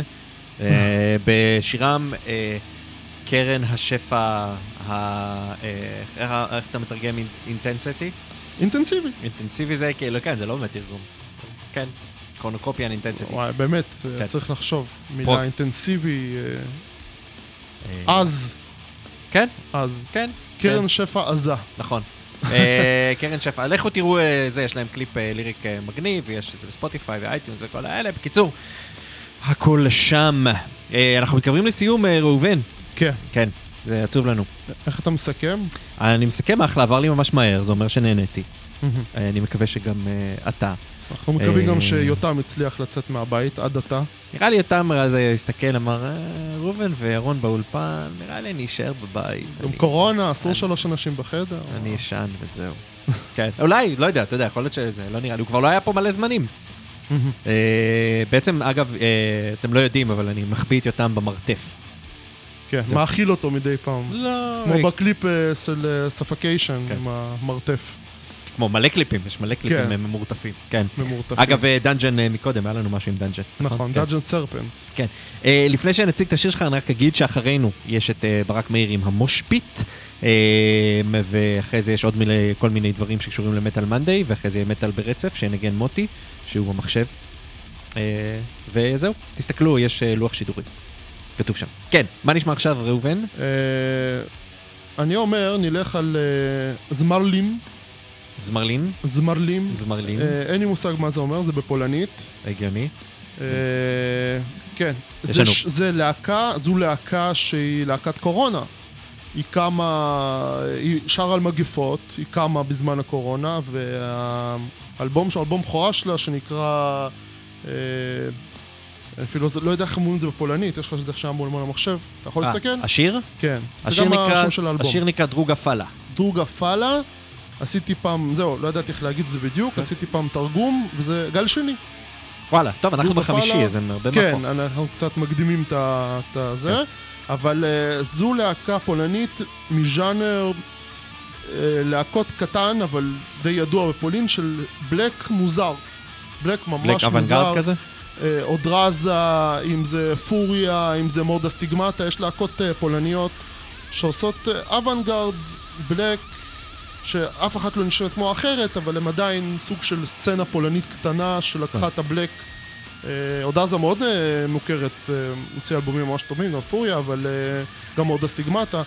בשירם קרן השפע, איך אתה מתרגם אינטנסיטי? אינטנסיבי. אינטנסיבי זה כאילו, כן, זה לא באמת תרגום. כן, קורנוקופיאן אינטנסיטי. וואי, באמת, צריך לחשוב. מילה אינטנסיבי, אז. כן? אז. כן. קרן שפע עזה. נכון. קרן שפע, לכו תראו זה, יש להם קליפ ליריק מגניב, ויש את זה בספוטיפיי ואייטיונס וכל האלה. בקיצור, הכל שם. אנחנו מתקרבים לסיום, ראובן. כן. כן, זה עצוב לנו. איך אתה מסכם? אני מסכם אחלה, עבר לי ממש מהר, זה אומר שנהניתי. אני מקווה שגם אתה. אנחנו מקווים גם שיותם הצליח לצאת מהבית עד עתה. נראה לי יותם אז הסתכל, אמר, ראובן וירון באולפן, נראה לי אני אשאר בבית. גם קורונה, אסור שלוש אנשים בחדר. אני אשן וזהו. כן, אולי, לא יודע, אתה יודע, יכול להיות שזה, לא נראה לי, הוא כבר לא היה פה מלא זמנים. בעצם, אגב, אתם לא יודעים, אבל אני מחביא את יותם במרתף. כן, מאכיל אותו מדי פעם. לא. כמו בקליפ של ספקיישן, עם המרתף. כמו מלא קליפים, יש מלא קליפים ממורטפים. כן. ממורטפים. אגב, דנג'ן מקודם, היה לנו משהו עם דנג'ן. נכון, דנג'ן סרפנט. כן. לפני שנציג את השיר שלך, אני רק אגיד שאחרינו יש את ברק מאיר עם המושפיט, ואחרי זה יש עוד כל מיני דברים שקשורים למטל מנדי, ואחרי זה יהיה מטל ברצף, שנגן מוטי, שהוא המחשב. וזהו, תסתכלו, יש לוח שידורים. כתוב שם. כן, מה נשמע עכשיו, ראובן? אני אומר, נלך על זמרלים. זמרלין? זמרלים. זמרלין. אין לי מושג מה זה אומר, זה בפולנית. הגיוני. כן. זה להקה, זו להקה שהיא להקת קורונה. היא קמה, היא שרה על מגפות, היא קמה בזמן הקורונה, והאלבום, האלבום בכורה שלה שנקרא, אפילו לא יודע איך אומרים את זה בפולנית, יש לך שזה שם מול מול המחשב, אתה יכול להסתכל? השיר? כן, זה גם השם של האלבום. השיר נקרא דרוגה פאלה. דרוגה פאלה, עשיתי פעם, זהו, לא ידעתי איך להגיד את זה בדיוק, עשיתי פעם תרגום, וזה גל שני. וואלה, טוב, אנחנו בחמישי, אז הם הרבה כן, אנחנו קצת מקדימים את זה. אבל uh, זו להקה פולנית מז'אנר uh, להקות קטן, אבל די ידוע בפולין, של בלק מוזר. בלק ממש בלק מוזר. בלק אוונגרד כזה? Uh, אודרזה, אם זה פוריה, אם זה מורדה סטיגמטה, יש להקות uh, פולניות שעושות uh, אוונגרד, בלק, שאף אחת לא נשמעת כמו אחרת, אבל הם עדיין סוג של סצנה פולנית קטנה שלקחה את הבלק. אודרזה מאוד מוכרת, מוציא אלבומים ממש טובים, גם פוריה, אבל גם מורדה סטיגמטה,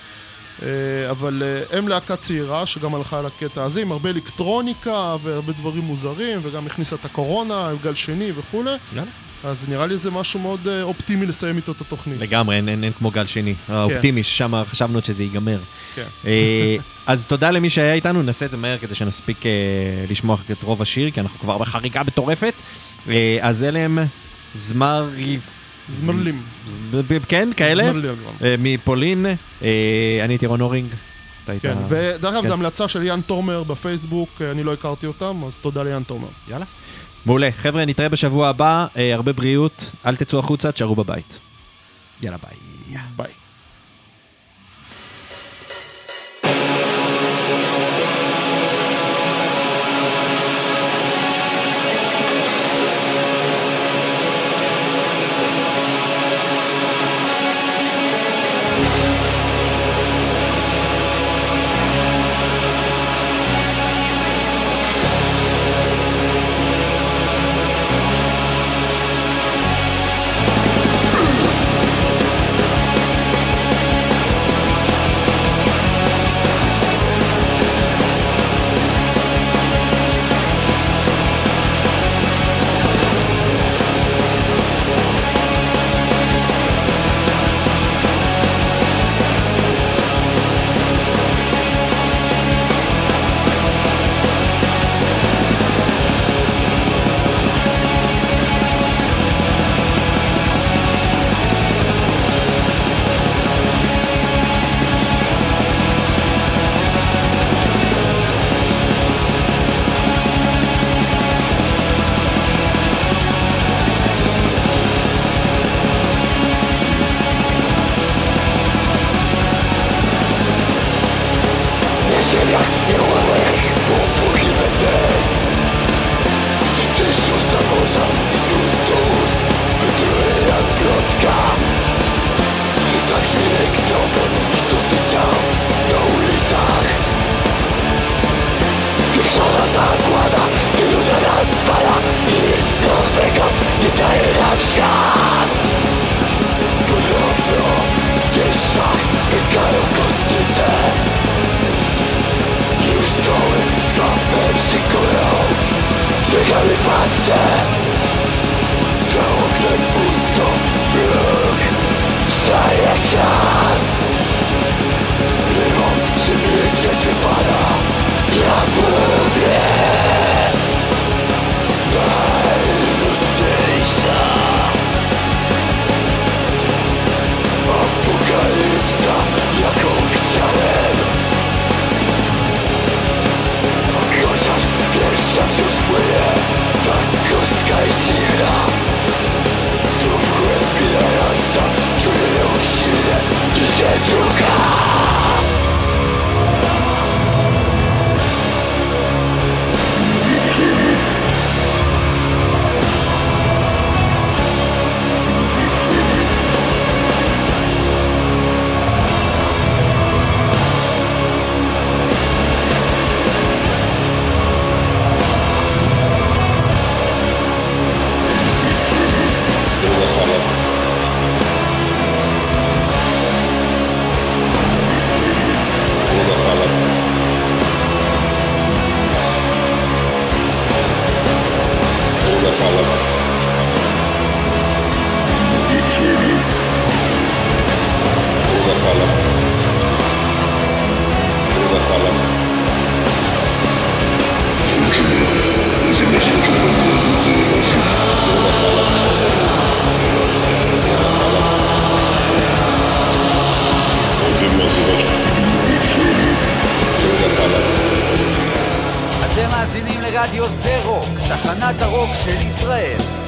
אבל הם להקה צעירה שגם הלכה על הקטע הזה, עם הרבה אלקטרוניקה והרבה דברים מוזרים, וגם הכניסה את הקורונה, גל שני וכו'. אז נראה לי זה משהו מאוד אופטימי לסיים איתו את התוכנית. לגמרי, אין, אין, אין כמו גל שני. האופטימי, ששם חשבנו שזה ייגמר. כן. אז תודה למי שהיה איתנו, נעשה את זה מהר כדי שנספיק לשמוע את רוב השיר, כי אנחנו כבר בחריגה מטורפת. אז אלה הם זמריף... זמרלים. כן, כאלה. מפולין. אני הייתי רון הורינג. כן, ודרך אגב, זו המלצה של יאן תורמר בפייסבוק, אני לא הכרתי אותם, אז תודה ליאן תורמר. יאללה. מעולה. חבר'ה, נתראה בשבוע הבא, הרבה בריאות, אל תצאו החוצה, תשארו בבית. יאללה, ביי. ביי. Wciąż płynie, tak go רדיו זה רוק, תחנת הרוק של ישראל.